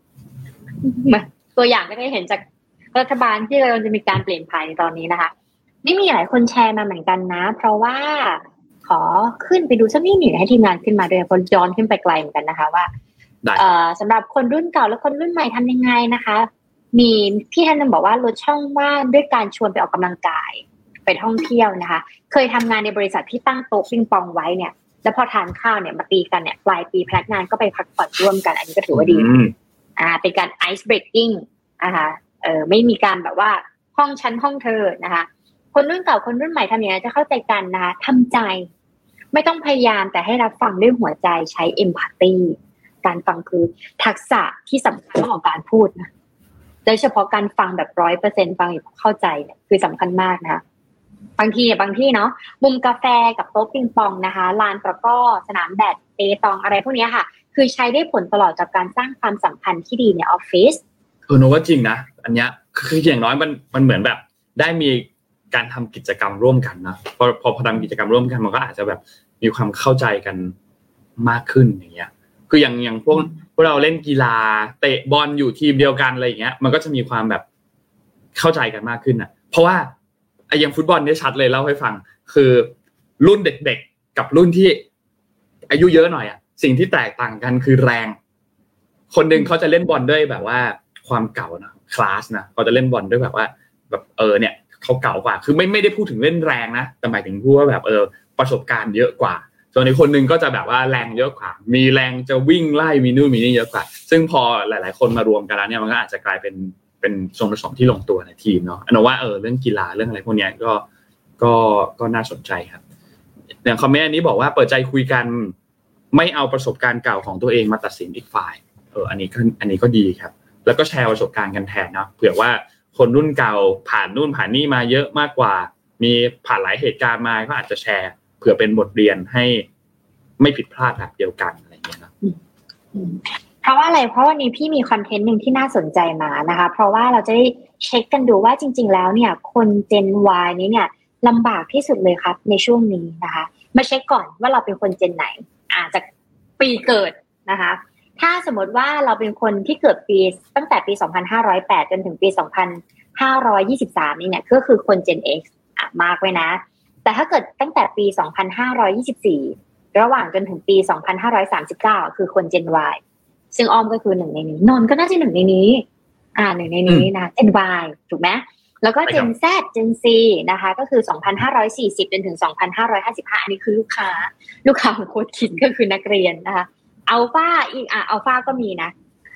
ตัวอย่างก็ได้เห็นจากรัฐบาลที่เราจะมีการเปลี่ยนผ่านในตอนนี้นะคะนี่มีหลายคนแชร์มาเหมือนกันนะเพราะว่าขอขึ้นไปดูสักนิดหนึ่งให้ทีมงานขึ้นมาด้วยคนย้อนขึ้นไปไกลเหมือนกันนะคะว่าสำหรับคนรุ่นเก่าและคนรุ่นใหม่ทำยังไงนะคะมีพี่ท่านนึงบอกว่าลดช่องว่างด้วยการชวนไปออกกำลังกายไปท่องเที่ยวนะคะเคยทำงานในบริษัทที่ตั้งโต๊ะปิงปองไว้เนี่ยแล้วพอทานข้าวเนี่ยมาตีกันเนี่ยปลายปีพนักงานก็ไปพักผ่อนร่วมกันอันนี้ก็ถือว่าดีอ่าเป็นการ ice breaking นะคะเออไม่มีการแบบว่าห้องชั้นห้องเธอนะคะคนรุ่นเก่าคนรุ่นใหม่ทำยังไงจะเข้าใจกันนะคะทำใจไม่ต้องพยายามแต่ให้รับฟังด้วยหัวใจใช้ empathy การฟังคือทักษะที่สำคัญของการพูดนะโดยเฉพาะการฟังแบบ ร้อยเปอร์เซ็นต์ ฟังอย่างเข้าใจเนี่ยคือสำคัญมากนะคะบางทีบางที่เนาะมุมกาแฟกับโต๊ะปิงปองนะคะลานตะกร้อสนามแบดเปตองอะไรพวกนี้ค่ะคือใช้ได้ผลตลอดจากการสร้างความสัมพันธ์ที่ดีในออฟฟิศเออโนว่าจริงนะอันเนี้ยคืออย่างน้อยมันมันเหมือนแบบได้มีการทำกิจกรรมร่วมกันนะพอพอพอทำกิจกรรมร่วมกันมันก็อาจจะแบบมีความเข้าใจกันมากขึ้นอย่างเงี้ยคืออย่างอย่างพวกพวกเราเล่นกีฬาเตะบอลอยู่ทีมเดียวกันอะไรอย่างเงี้ยมันก็จะมีความแบบเข้าใจกันมากขึ้นน่ะเพราะว่าไอ้อย่างฟุตบอลเนี่ยชัดเลยเล่าให้ฟังคือรุ่นเด็กๆกับรุ่นที่อายุเยอะหน่อยอ่ะสิ่งที่แตกต่างกันคือแรงคนนึงเขาจะเล่นบอลด้วยแบบว่าความเก่านะคลาสนะเขาจะเล่นบอลด้วยแบบว่าแบบเออเนี่ยเขาเก่ากว่าคือไม่ไม่ได้พูดถึงเล่นแรงนะแต่หมายถึงพูดว่าแบบเออประสบการณ์เยอะกว่าส่วนอีกคนนึงก็จะแบบว่าแรงเยอะกว่ามีแรงจะวิ่งไล่มีนู่นมีนี่เยอะกว่าซึ่งพอหลายๆคนมารวมกันแล้วเนี่ยมันก็อาจจะกลายเป็นเป็นส่วนผสมที่ลงตัวในทีมเนาะอันนั้นว่าเออเรื่องกีฬาเรื่องอะไรพวกนี้ก็ก็ก็น่าสนใจครับอย่างคอมเมนต์อันนี้บอกว่าเปิดใจคุยกันไม่เอาประสบการณ์เก่าของตัวเองมาตัดสินอีกฝ่ายเอออันนี้ก็อันนี้ก็ดีครับแล้วก็แชร์ประสบการณ์กันแทนเนาะเผื่อว่าคนรุ่นเก่าผ่านนู่นผ่านนี่มาเยอะมากกว่ามีผ่านหลายเหตุการณ์มาก็อาจจะแชร์เผื่อเป็นบทเรียนให้ไม่ผิดพลาดแบบเดียวกันอะไรอย่างเงี้ยนะเพราะว่าอะไรเพราะวันนี้พี่มีคอนเทนต์นึงที่น่าสนใจมานะคะเพราะว่าเราจะได้เช็คกันดูว่าจริงๆแล้วเนี่ยคน Gen Y นี้เนี่ยลำบากที่สุดเลยครับในช่วงนี้นะคะมาเช็คก่อนว่าเราเป็นคน Gen ไหนอาจจะปีเกิดนะคะถ้าสมมติว่าเราเป็นคนที่เกิดปีตั้งแต่ปีสองพันห้าร้อยแปดจนถึงปีสองพันห้าร้อยยี่สิบสามนี่เนี่ยก็คือคน Gen X อ่ะมากไว้นะแต่ถ้าเกิดตั้งแต่ปีสองพันห้าร้อยยี่สิบสี่ระหว่างจนถึงปีสองพันห้าร้อยสามสิบเก้าคือคน Gen Y ซึ่งอ้อมก็คือหนึ่งในนี้นนท์ก็น่าจะหนึ่งในนี้อ่าหนึ่งในนี้นะ Gen Y ถูกไหมแล้วก็ Gen Z Gen Z นะคะก็คือสองพันห้าร้อยสี่สิบจนถึงสองพันห้าร้อยห้าสิบห้าอันนี้คือลูกค้าลูกค้าของโค้ชคิดก็คือนักเรียนนะคะอัลฟาอีกอ่ะอัลฟาก็มีนะ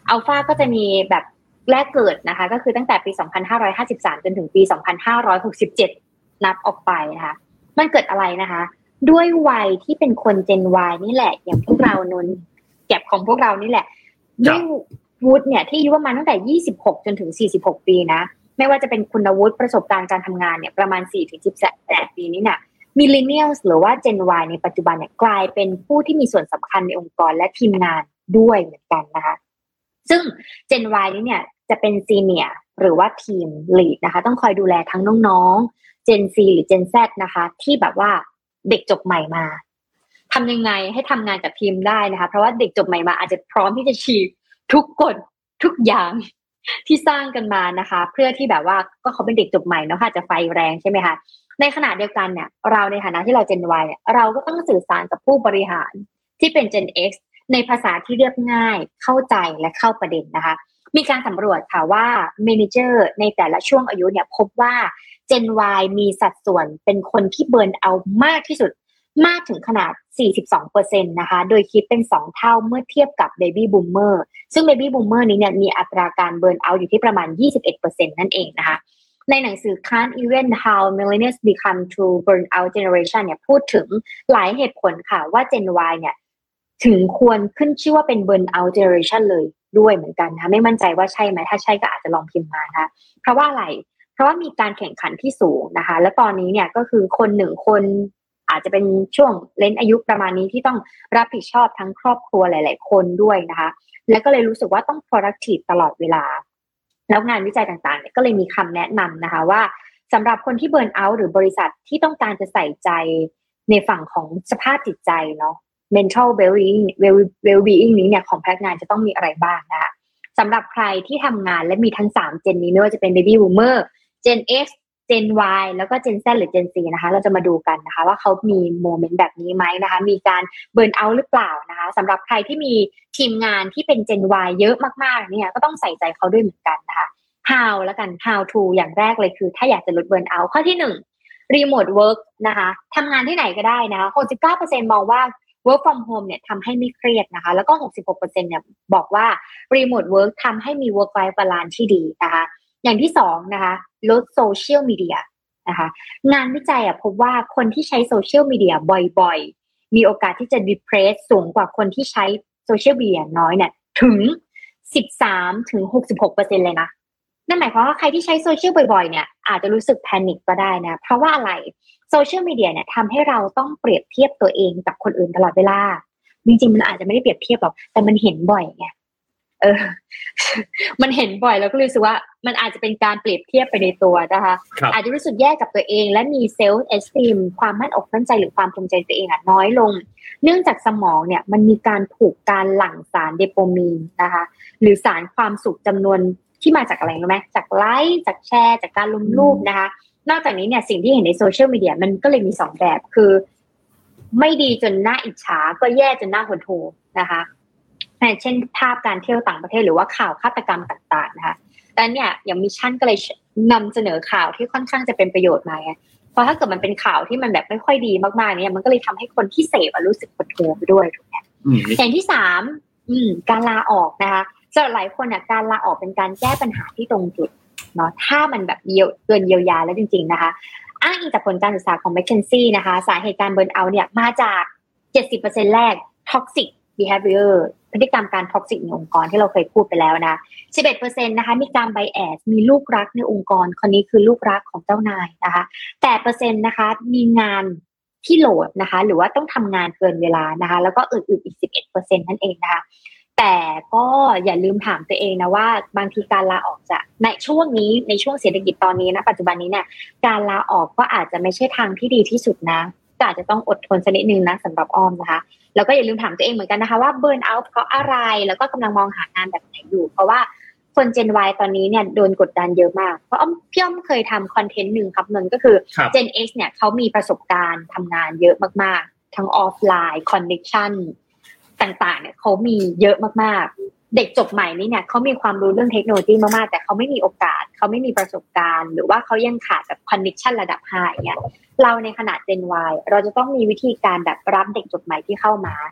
อัลฟาก็จะมีแบบแรกเกิดนะคะก็คือตั้งแต่ปีสองพันห้าร้อยห้าสิบสามจนถึงปีสองพันห้าร้อยหกสิบเจ็ดนับออกไปนะคะมันเกิดอะไรนะคะด้วยวัยที่เป็นคน Gen Y นี่แหละอย่างพวกเรานนแก็บของพวกเรานี่แหละด้วยวุฒิเนี่ยที่อายุประมาณตั้งแต่ยี่สิบหกจนถึงสี่สิบหกปีนะไม่ว่าจะเป็นคุณวุฒิประสบการณ์การทำงานเนี่ยประมาณ สี่ถึงสิบแปด ปีนี้เนี่ยมิลเลนเนียลหรือว่า Gen Y ในปัจจุบันเนี่ยกลายเป็นผู้ที่มีส่วนสำคัญในองค์กรและทีมงานด้วยเหมือนกันนะคะซึ่ง Gen Y นี้เนี่ยจะเป็นซีเนียร์หรือว่าทีมลีดนะคะต้องคอยดูแลทั้งน้องๆ Gen Z หรือ Gen Z นะคะที่แบบว่าเด็กจบใหม่มาทำยังไงให้ทำงานกับทีมได้นะคะเพราะว่าเด็กจบใหม่มาอาจจะพร้อมที่จะฉีกทุกกฎทุกอย่างที่สร้างกันมานะคะเพื่อที่แบบว่าก็เขาเป็นเด็กจบใหม่เนาะค่ะจะไฟแรงใช่ไหมคะในขณะเดียวกันเนี่ยเราในฐานะที่เรา Gen Y เนี่ยเราก็ต้องสื่อสารกับผู้บริหารที่เป็น Gen X ในภาษาที่เรียบง่ายเข้าใจและเข้าประเด็นนะคะมีการสำรวจค่ะว่า Manager ในแต่ละช่วงอายุเนี่ยพบว่า Gen Y มีสัดส่วนเป็นคนที่เบิร์นเอาท์มากที่สุดมากถึงขนาด สี่สิบสองเปอร์เซ็นต์ นะคะโดยคิดเป็นสองเท่าเมื่อเทียบกับ Baby Boomer ซึ่ง Baby Boomer นี้เนี่ยมีอัตราการเบิร์นเอาท์อยู่ที่ประมาณ ยี่สิบเอ็ดเปอร์เซ็นต์ นั่นเองนะคะในหนังสือ Can't Even How Millennials Become True Burnout Generation เนี่ยพูดถึงหลายเหตุผลค่ะว่า Gen Y เนี่ยถึงควรขึ้นชื่อว่าเป็น Burnout Generation เลยด้วยเหมือนกันนะคะไม่มั่นใจว่าใช่ไหมถ้าใช่ก็อาจจะลองพิมพ์มานะคะเพราะว่าอะไรเพราะว่ามีการแข่งขันที่สูงนะคะและตอนนี้เนี่ยก็คือคนหนึ่งคนอาจจะเป็นช่วงเลนส์อายุประมาณนี้ที่ต้องรับผิดชอบทั้งครอบครัวหลายๆคนด้วยนะคะและก็เลยรู้สึกว่าต้อง productive ตลอดเวลาแล้วงานวิจัยต่างๆเนี่ยก็เลยมีคำแนะนำนะคะว่าสำหรับคนที่เบิร์นเอาท์หรือบริษัทที่ต้องการจะใส่ใจในฝั่งของสภาพจิตใจเนาะ mental well-being well-being นี้เนี่ยของพนักงานจะต้องมีอะไรบ้างนะคะสำหรับใครที่ทำงานและมีทั้งสามเจนนี้ไม่ว่าจะเป็น baby boomer Gen X Gen Y แล้วก็ Gen Z หรือ Gen Z นะคะเราจะมาดูกันนะคะว่าเขามีโมเมนต์แบบนี้ไหมนะคะมีการเบิร์นเอาท์หรือเปล่านะคะสำหรับใครที่มีทีมงานที่เป็น Gen Y เยอะมากๆเนี่ยก็ต้องใส่ใจเขาด้วยเหมือนกันนะคะ how แล้วกัน how to อย่างแรกเลยคือถ้าอยากจะลดเบิร์นเอาท์ข้อที่หนึ่ง remote work นะคะทำงานที่ไหนก็ได้นะคะ หกสิบเก้าเปอร์เซ็นต์ มองว่า work from home เนี่ยทำให้ไม่เครียดนะคะแล้วก็ หกสิบหกเปอร์เซ็นต์ เนี่ยบอกว่า remote work ทำให้มี work life balance ที่ดีนะคะอย่างที่สองนะคะลดโซเชียลมีเดียนะคะงานวิจัยอ่ะพบว่าคนที่ใช้โซเชียลมีเดียบ่อยๆมีโอกาสที่จะ depress สูงกว่าคนที่ใช้โซเชียลมีเดียน้อยเนี่ยถึง สิบสามถึงหกสิบหกเปอร์เซ็นต์ เลยนะนั่นหมายความว่าใครที่ใช้โซเชียลบ่อยๆเนี่ยอาจจะรู้สึกแพนิคก็ได้นะเพราะว่าอะไรโซเชียลมีเดียเนี่ยทำให้เราต้องเปรียบเทียบตัวเองกับคนอื่นตลอดเวลาจริงๆมันอาจจะไม่ได้เปรียบเทียบหรอกแต่มันเห็นบ่อยไงเออ มันเห็นบ่อยแล้วก็รู้สึกว่ามันอาจจะเป็นการเปรียบเทียบไปในตัวนะคะอาจจะรู้สึกแย่กับตัวเองและมีเซลฟ์เอสตีมความมั่นอกมั่นใจหรือความภูมิใจตัวเองอ่ะน้อยลงเนื่องจากสมองเนี่ยมันมีการผูกการหลั่งสารโดปามีนนะคะหรือสารความสุขจำนวนที่มาจากอะไรรู้ไหมจากไลค์จากแชร์จากการลงรูปนะคะนอกจากนี้เนี่ยสิ่งที่เห็นในโซเชียลมีเดียมันก็เลยมีสองแบบคือไม่ดีจนน่าอิจฉาก็แย่จนน่าหดหู่นะคะเช่นภาพการเที่ยวต่างประเทศหรือว่าข่าวฆาตกรรมต่างๆนะคะแต่เนี่ยอย่างมิชชั่นก็เลยนำเสนอข่าวที่ค่อนข้างจะเป็นประโยชน์มาเพราะถ้าเกิดมันเป็นข่าวที่มันแบบไม่ค่อยดีมากๆเนี่ยมันก็เลยทำให้คนที่เสพรู้สึกหดหู่ไปด้วยถูกไหมอย่างที่สามการลาออกนะคะสำหรับหลายคนเนี่ยการลาออกเป็นการแก้ปัญหาที่ตรงจุดเนาะถ้ามันแบบเยียวเกินเยียวยาแล้วจริงๆนะคะอ้างอิงจากผลการศึกษาของ McKinsey นะคะสาเหตุการเบิร์นเอาท์เนี่ยมาจาก เจ็ดสิบเปอร์เซ็นต์ แรก toxic behavior พฤติกรรมการ toxic ในองค์กรที่เราเคยพูดไปแล้วนะ สิบเอ็ดเปอร์เซ็นต์ นะคะมีการ bias มีลูกรักในองค์กรคนนี้คือลูกรักของเจ้านายนะคะ แปดเปอร์เซ็นต์ นะคะมีงานที่โหลดนะคะหรือว่าต้องทำงานเกินเวลานะคะแล้วก็อื่นๆอีก สิบเอ็ดเปอร์เซ็นต์ นั่นเองนะคะแต่ก็อย่าลืมถามตัวเองนะว่าบางทีการลาออกจะในช่วงนี้ในช่วงเศรษฐกิจตอนนี้นะปัจจุบันนี้เนี่ยการลาออกก็อาจจะไม่ใช่ทางที่ดีที่สุดนะก็อาจจะต้องอดทนสักนิดนึงนะสำหรับอ้อมนะคะแล้วก็อย่าลืมถามตัวเองเหมือนกันนะคะว่าเบิร์นเอาท์เพราะอะไรแล้วก็กำลังมองหางานแบบไหนอยู่เพราะว่าคน Gen Y ตอนนี้เนี่ยโดนกดดันเยอะมากเพราะอ้อมพี่อ้อมเคยทำคอนเทนต์นึงครับนนก็คือ Gen X เนี่ยเขามีประสบการณ์ทำงานเยอะมากๆทั้งออฟไลน์คอนเนคชั่นต่างๆเนี่ยเขามีเยอะมากๆเด็กจบใหม่นี่เนี่ยเขามีความรู้เรื่องเทคโนโลยีมากๆแต่เขาไม่มีโอกาสเขาไม่มีประสบการณ์หรือว่าเขายังขาดแบบคอนเนคชั่นระดับไฮเนี่ยเราในขณะ Gen Y เราจะต้องมีวิธีการแบบรับเด็กจบใหม่ที่เข้ามา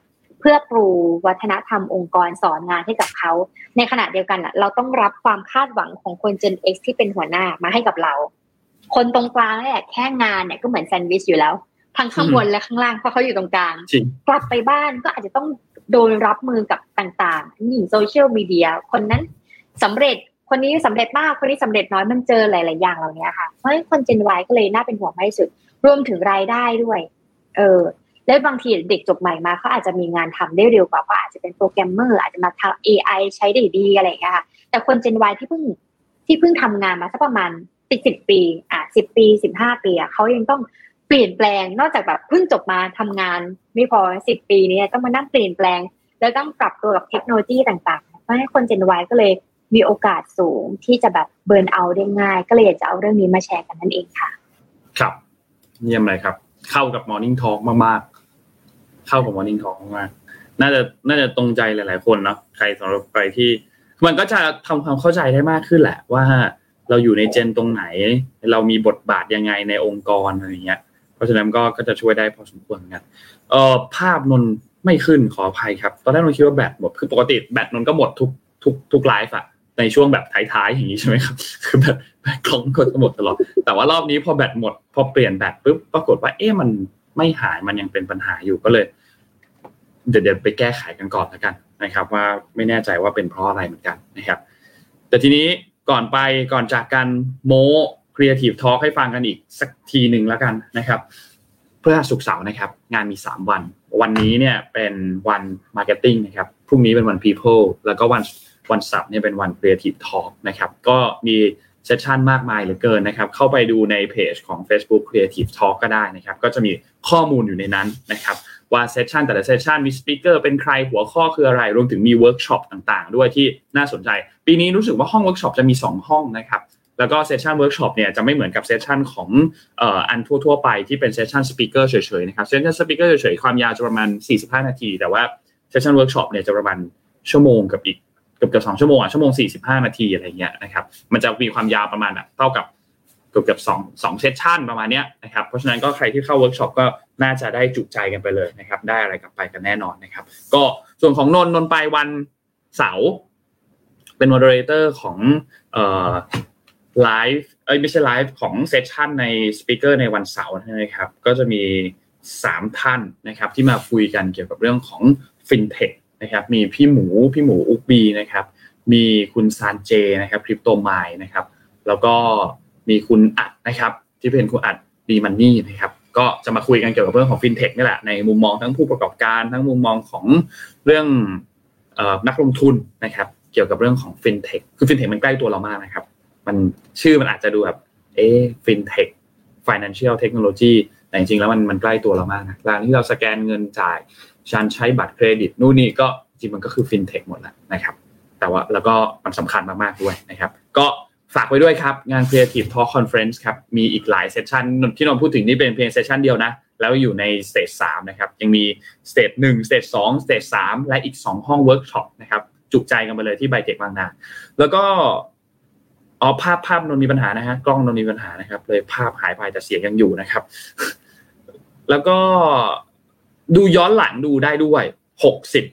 พื่อปลูวัฒนธรรมองค์กรสอนงานให้กับเขาในขณะเดียวกันอ่ะเราต้องรับความคาดหวังของคน Gen X ที่เป็นหัวหน้ามาให้กับเราคนตรงกลางเนี่ยแค่งานเนี่ยก็เหมือนแซนด์วิชอยู่แล้วทั้งข้างบนและข้างล่างเพราะเขาอยู่ตรงกลางกลับไปบ้านก็อาจจะต้องโดนรับมือกับต่างๆยิ่งโซเชียลมีเดียคนนั้นสำเร็จคนนี้สำเร็จมากคนนี้สำเร็จน้อยมันเจอหลายๆอย่างเหล่านี้ค่ะเพราะฉะนั้นคน Gen Y ก็เลยน่าเป็นห่วงมากที่สุดรวมถึงรายได้ด้วยเออแล้วบางทีเด็กจบใหม่มาเขาอาจจะมีงานทำได้เร็วกว่าเขาอาจจะเป็นโปรแกรมเมอร์อาจจะมาทำ เอ ไอ ใช้ได้ดีอะไรอย่างเงี้ยค่ะแต่คน Gen Y ที่เพิ่งที่เพิ่งทำงานมาสักประมาณสิบปีอ่ะสิบปีสิบห้าปีอ่ะเขายังต้องเปลี่ยนแปลงนอกจากแบบเพิ่งจบมาทำงานไม่พอสิบปีนี้ต้องมานั่งเปลี่ยนแปลงแล้วต้องปรับตัวกับเทคโนโลยีต่างๆเพราะฉะนั้นคน Gen Y ก็เลยมีโอกาสสูงที่จะแบบเบิร์นเอาท์ได้ง่ายก็เลยอยากจะเอาเรื่องนี้มาแชร์กันนั่นเองค่ะครับเยี่ยมเลยครับเข้ากับ Morning Talk มากๆเข้ากับ Morning Talk มากๆน่าจะน่าจะตรงใจหลายๆคนเนาะใครสำหรับใครที่มันก็จะทำความเข้าใจได้มากขึ้นแหละว่าเราอยู่ในเจนตรงไหนเรามีบทบาทยังไงในองค์กรอะไรอย่างเงี้ยเพราะฉะนั้นก็ก็จะช่วยได้พอสมควรเหมือนกันเอ่อภาพนนไม่ขึ้นขออภัยครับตอนแรกนนคิดว่าแบตหมดคือปกติแบตนนก็หมดทุกทุกทุกไลฟ์อะในช่วงแบบท้ายๆอย่างนี้ใช่ไหมครับคือแบบแบตกล้องก็จะหมดตลอดแต่ว่ารอบนี้พอแบตหมดพอเปลี่ยนแบตปุ๊บปรากฏว่าเอ๊ะมันไม่หายมันยังเป็นปัญหาอยู่ก็เลยเดี๋ยวเดี๋ยวไปแก้ไขกันก่อนแล้วกันนะครับว่าไม่แน่ใจว่าเป็นเพราะอะไรเหมือนกันนะครับแต่ทีนี้ก่อนไปก่อนจากกันโม้ Creative Talk ให้ฟังกันอีกสักทีนึงแล้วกันนะครับเพื่อศุกร์เสาร์นะครับงานมีสามวันวันนี้เนี่ยเป็นวัน Marketing นะครับพรุ่งนี้เป็นวัน People แล้วก็วันวันเสาร์เนี่ยเป็นวัน Creative Talk นะครับก็มีเซสชั่นมากมายเหลือเกินนะครับเข้าไปดูในเพจของ Facebook Creative Talk ก็ได้นะครับก็จะมีข้อมูลอยู่ในนั้นนะครับว่าเซสชั่นแต่ละเซสชั่นมีสปีกเกอร์เป็นใครหัวข้อคืออะไรรวมถึงมีเวิร์กช็อปต่างๆด้วยที่น่าสนใจปีนี้รู้สึกว่าห้องเวิร์กช็อปจะมีสองห้องนะครับแล้วก็เซสชั่นเวิร์กช็อปเนี่ยจะไม่เหมือนกับเซสชั่นของเอ่ออันทั่วๆไปที่เป็นเซสชั่นสปีกเกอร์เฉยๆนะครับเซสชั่นสปีกเกอร์เฉยๆความยาวจะประมาณสี่สิบห้านาทีแต่ว่าเซสชั่นเวิร์กช็อปเนี่ยจะประมาณชั่วโมงกับอีกเกือบๆสองชั่วโมงอ่ะชั่วโมงสี่สิบห้านาทีอะไรเงี้ยนะครับมันจะมีความยาวประมาณแบบเท่ากับเกือบๆ2 2เซสชั่นประมาณเนี้ยนะครับเพราะฉะนั้นก็ใครที่เข้าเวิร์กช็อปก็น่าจะได้จุใจกันไปเลยนะครับได้อะไรกลับไปกันแน่นอนนะครับก็ส่วนของนนนนไปวันเสาร์เป็นโมเดอเรเตอร์ของเอ่อไลฟ์เอ้ยไม่ใช่ไลฟ์ของเซสชั่นในสปีกเกอร์ในวันเสาร์นะครับก็จะมีสามท่านนะครับที่มาคุยกันเกี่ยวกับเรื่องของ FinTech นะครับมีพี่หมูพี่หมูอุกบีนะครับมีคุณซานเจนะครับคริปโตไมล์นะครับแล้วก็มีคุณอัดนะครับที่เป็นคุณอัดดีมันนี่นะครับก็จะมาคุยกันเกี่ยวกับเรื่องของ FinTech นี่แหละในมุมมองทั้งผู้ประกอบการทั้งมุมมองของเรื่องเอ่อนักลงทุนนะครับเกี่ยวกับเรื่องของ FinTech คือ FinTech มันใกล้ตัวเรามากนะครับมันชื่อมันอาจจะดูแบบเอ๊ะ FinTech Financial Technology แต่จริงๆแล้วมันมันใกล้ตัวเรามากนะร้านที่เราสแกนเงินจ่ายฉันใช้บัตรเครดิตนู่นนี่ก็จริงมันก็คือ FinTech หมดแล้วนะครับแต่ว่าแล้วก็มันสำคัญมากๆด้วยนะครับก็ฝากไว้ด้วยครับงาน Creative Talk Conference ครับมีอีกหลายเซสชั่นที่นนพูดถึงนี่เป็นเพียงเซสชั่นเดียวนะแล้วอยู่ในสเตจสามนะครับยังมีสเตจหนึ่งสเตจสองสเตจสามและอีกสองห้องเวิร์คช็อปนะครับจุใจกันไปเลยที่ไบเทคบางนาแล้วก็อ๋อภาพภาพนนมีปัญหานะฮะกล้องนนมีปัญหานะครับเลยภาพหายไปแต่เสียงยังอยู่นะครับแล้วก็ดูย้อนหลังดูได้ด้วยหกสิบ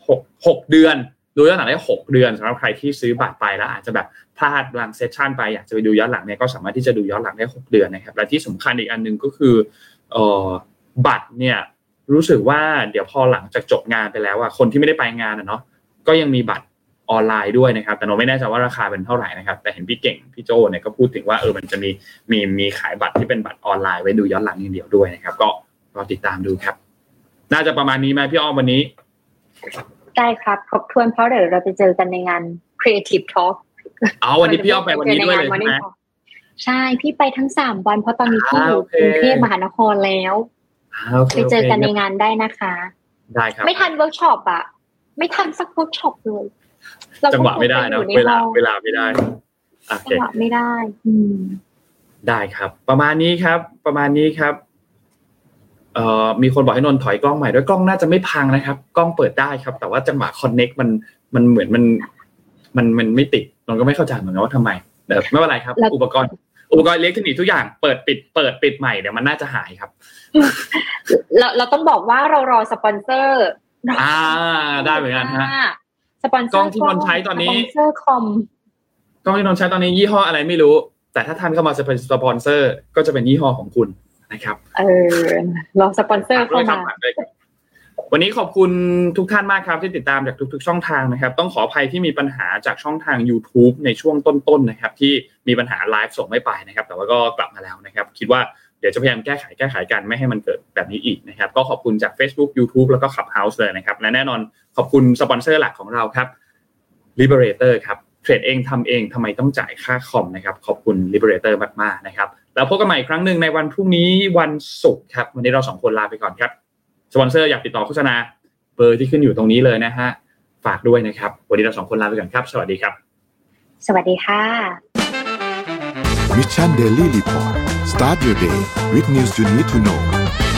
6 6เดือนดูย้อนหลังได้หกเดือนสำหรับใครที่ซื้อบัตรไปแล้วอาจจะแบบพลาดบางเซสชั่นไปอยากจะไปดูย้อนหลังเนี่ยก็สามารถที่จะดูย้อนหลังได้หกเดือนนะครับและที่สำคัญอีกอันนึงก็คือเอ่อบัตรเนี่ยรู้สึกว่าเดี๋ยวพอหลังจากจบงานไปแล้วอ่ะคนที่ไม่ได้ไปงานอ่ะเนาะก็ยังมีบัตรออนไลน์ด้วยนะครับแต่โนไม่แน่ใจว่าราคาเป็นเท่าไหร่นะครับแต่เห็นพี่เก่งพี่โจเนี่ยก็พูดถึงว่าเออมันจะมีมีมีขายบัตรที่เป็นบัตรออนไลน์ไว้ดูย้อนหลังอย่างเดียวด้วยนะครับก็รอติดตามดูครับน่าจะประมาณนี้มั้ยพี่อ้อมวันนี้ได้ครับครบถ้วนเพราะเดี๋ยวเราจะเจอกันในงาน Creative Talk อ๋อวันนี้พี่อ้อมไปวันนี้ด้วยเลยใช่มั้ยใช่พี่ไปทั้งสามวันเพราะตอนนี้พี่อยู่กรุงเทพมหานครแล้วไปเจอกันในงานได้นะคะได้ครับไม่ทันเวิร์คช็อปอ่ะไม่ทันสักเวิร์คช็อปเลยจังหวะไม่ได้นะเวลาเวลาไม่ได้โอเคจังหวะไม่ได้อืมได้ครับประมาณนี้ครับประมาณนี้ครับเอ่อมีคนบอกให้นนถอยกล้องใหม่ด้วยกล้องน่าจะไม่พังนะครับกล้องเปิดได้ครับแต่ว่าจังหวะคอนเนคมันมันเหมือนมันมันมันไม่ติดนนก็ไม่เข้าใจเหมือนกันว่าทำไมแต่ไม่เป็นไรครับอุปกรณ์อุปกรณ์อิเล็กทรอนิกส์ทุกอย่างเปิดปิดเปิดปิดใหม่เดี๋ยวมันน่าจะหายครับเราเราต้องบอกว่าเรารอสปอนเซอร์อ่าได้เหมือนกันฮะสปอนเซอร์กล้องที่นนท์ใช้ตอนนี้สปอนเซอร์คอมกล้องที่นนท์ใช้ตอนนี้ยี่ห้ออะไรไม่รู้แต่ถ้าท่านเข้ามาจะเป็นสปอนเซอร์ก็จะเป็นยี่ห้อของคุณนะครับเออรอสปอนเซอร์เข้ามาวันนี้ขอบคุณทุกท่านมากครับที่ติดตามจากทุกๆช่องทางนะครับต้องขออภัยที่มีปัญหาจากช่องทาง YouTube ในช่วงต้นๆนะครับที่มีปัญหาไลฟ์ส่งไม่ไปนะครับแต่ว่าก็กลับมาแล้วนะครับคิดว่าเดี๋ยวจะพยายามแก้ไขแก้ไขกันไม่ให้มันเกิดแบบนี้อีกนะครับก็ขอบคุณจาก Facebook YouTube แล้วก็ Clubhouse เลยนะครับและแน่นอนขอบคุณสปอนเซอร์หลักของเราครับ Liberator ครับเทรดเองทำเองทำไมต้องจ่ายค่าคอมนะครับขอบคุณ Liberator มากๆนะครับแล้วพบกันใหม่อีกครั้งนึงในวันพรุ่งนี้วันศุกร์ครับวันนี้เราสองคนลาไปก่อนครับสปอนเซอร์อยากติดต่อโฆษณาเบอร์ที่ขึ้นอยู่ตรงนี้เลยนะฮะฝากด้วยนะครับวันนี้เราสองคนลาไปก่อนครับสวัสดีครับสวัสดีค่ะ Mission Daily Report Start your day with news you need to know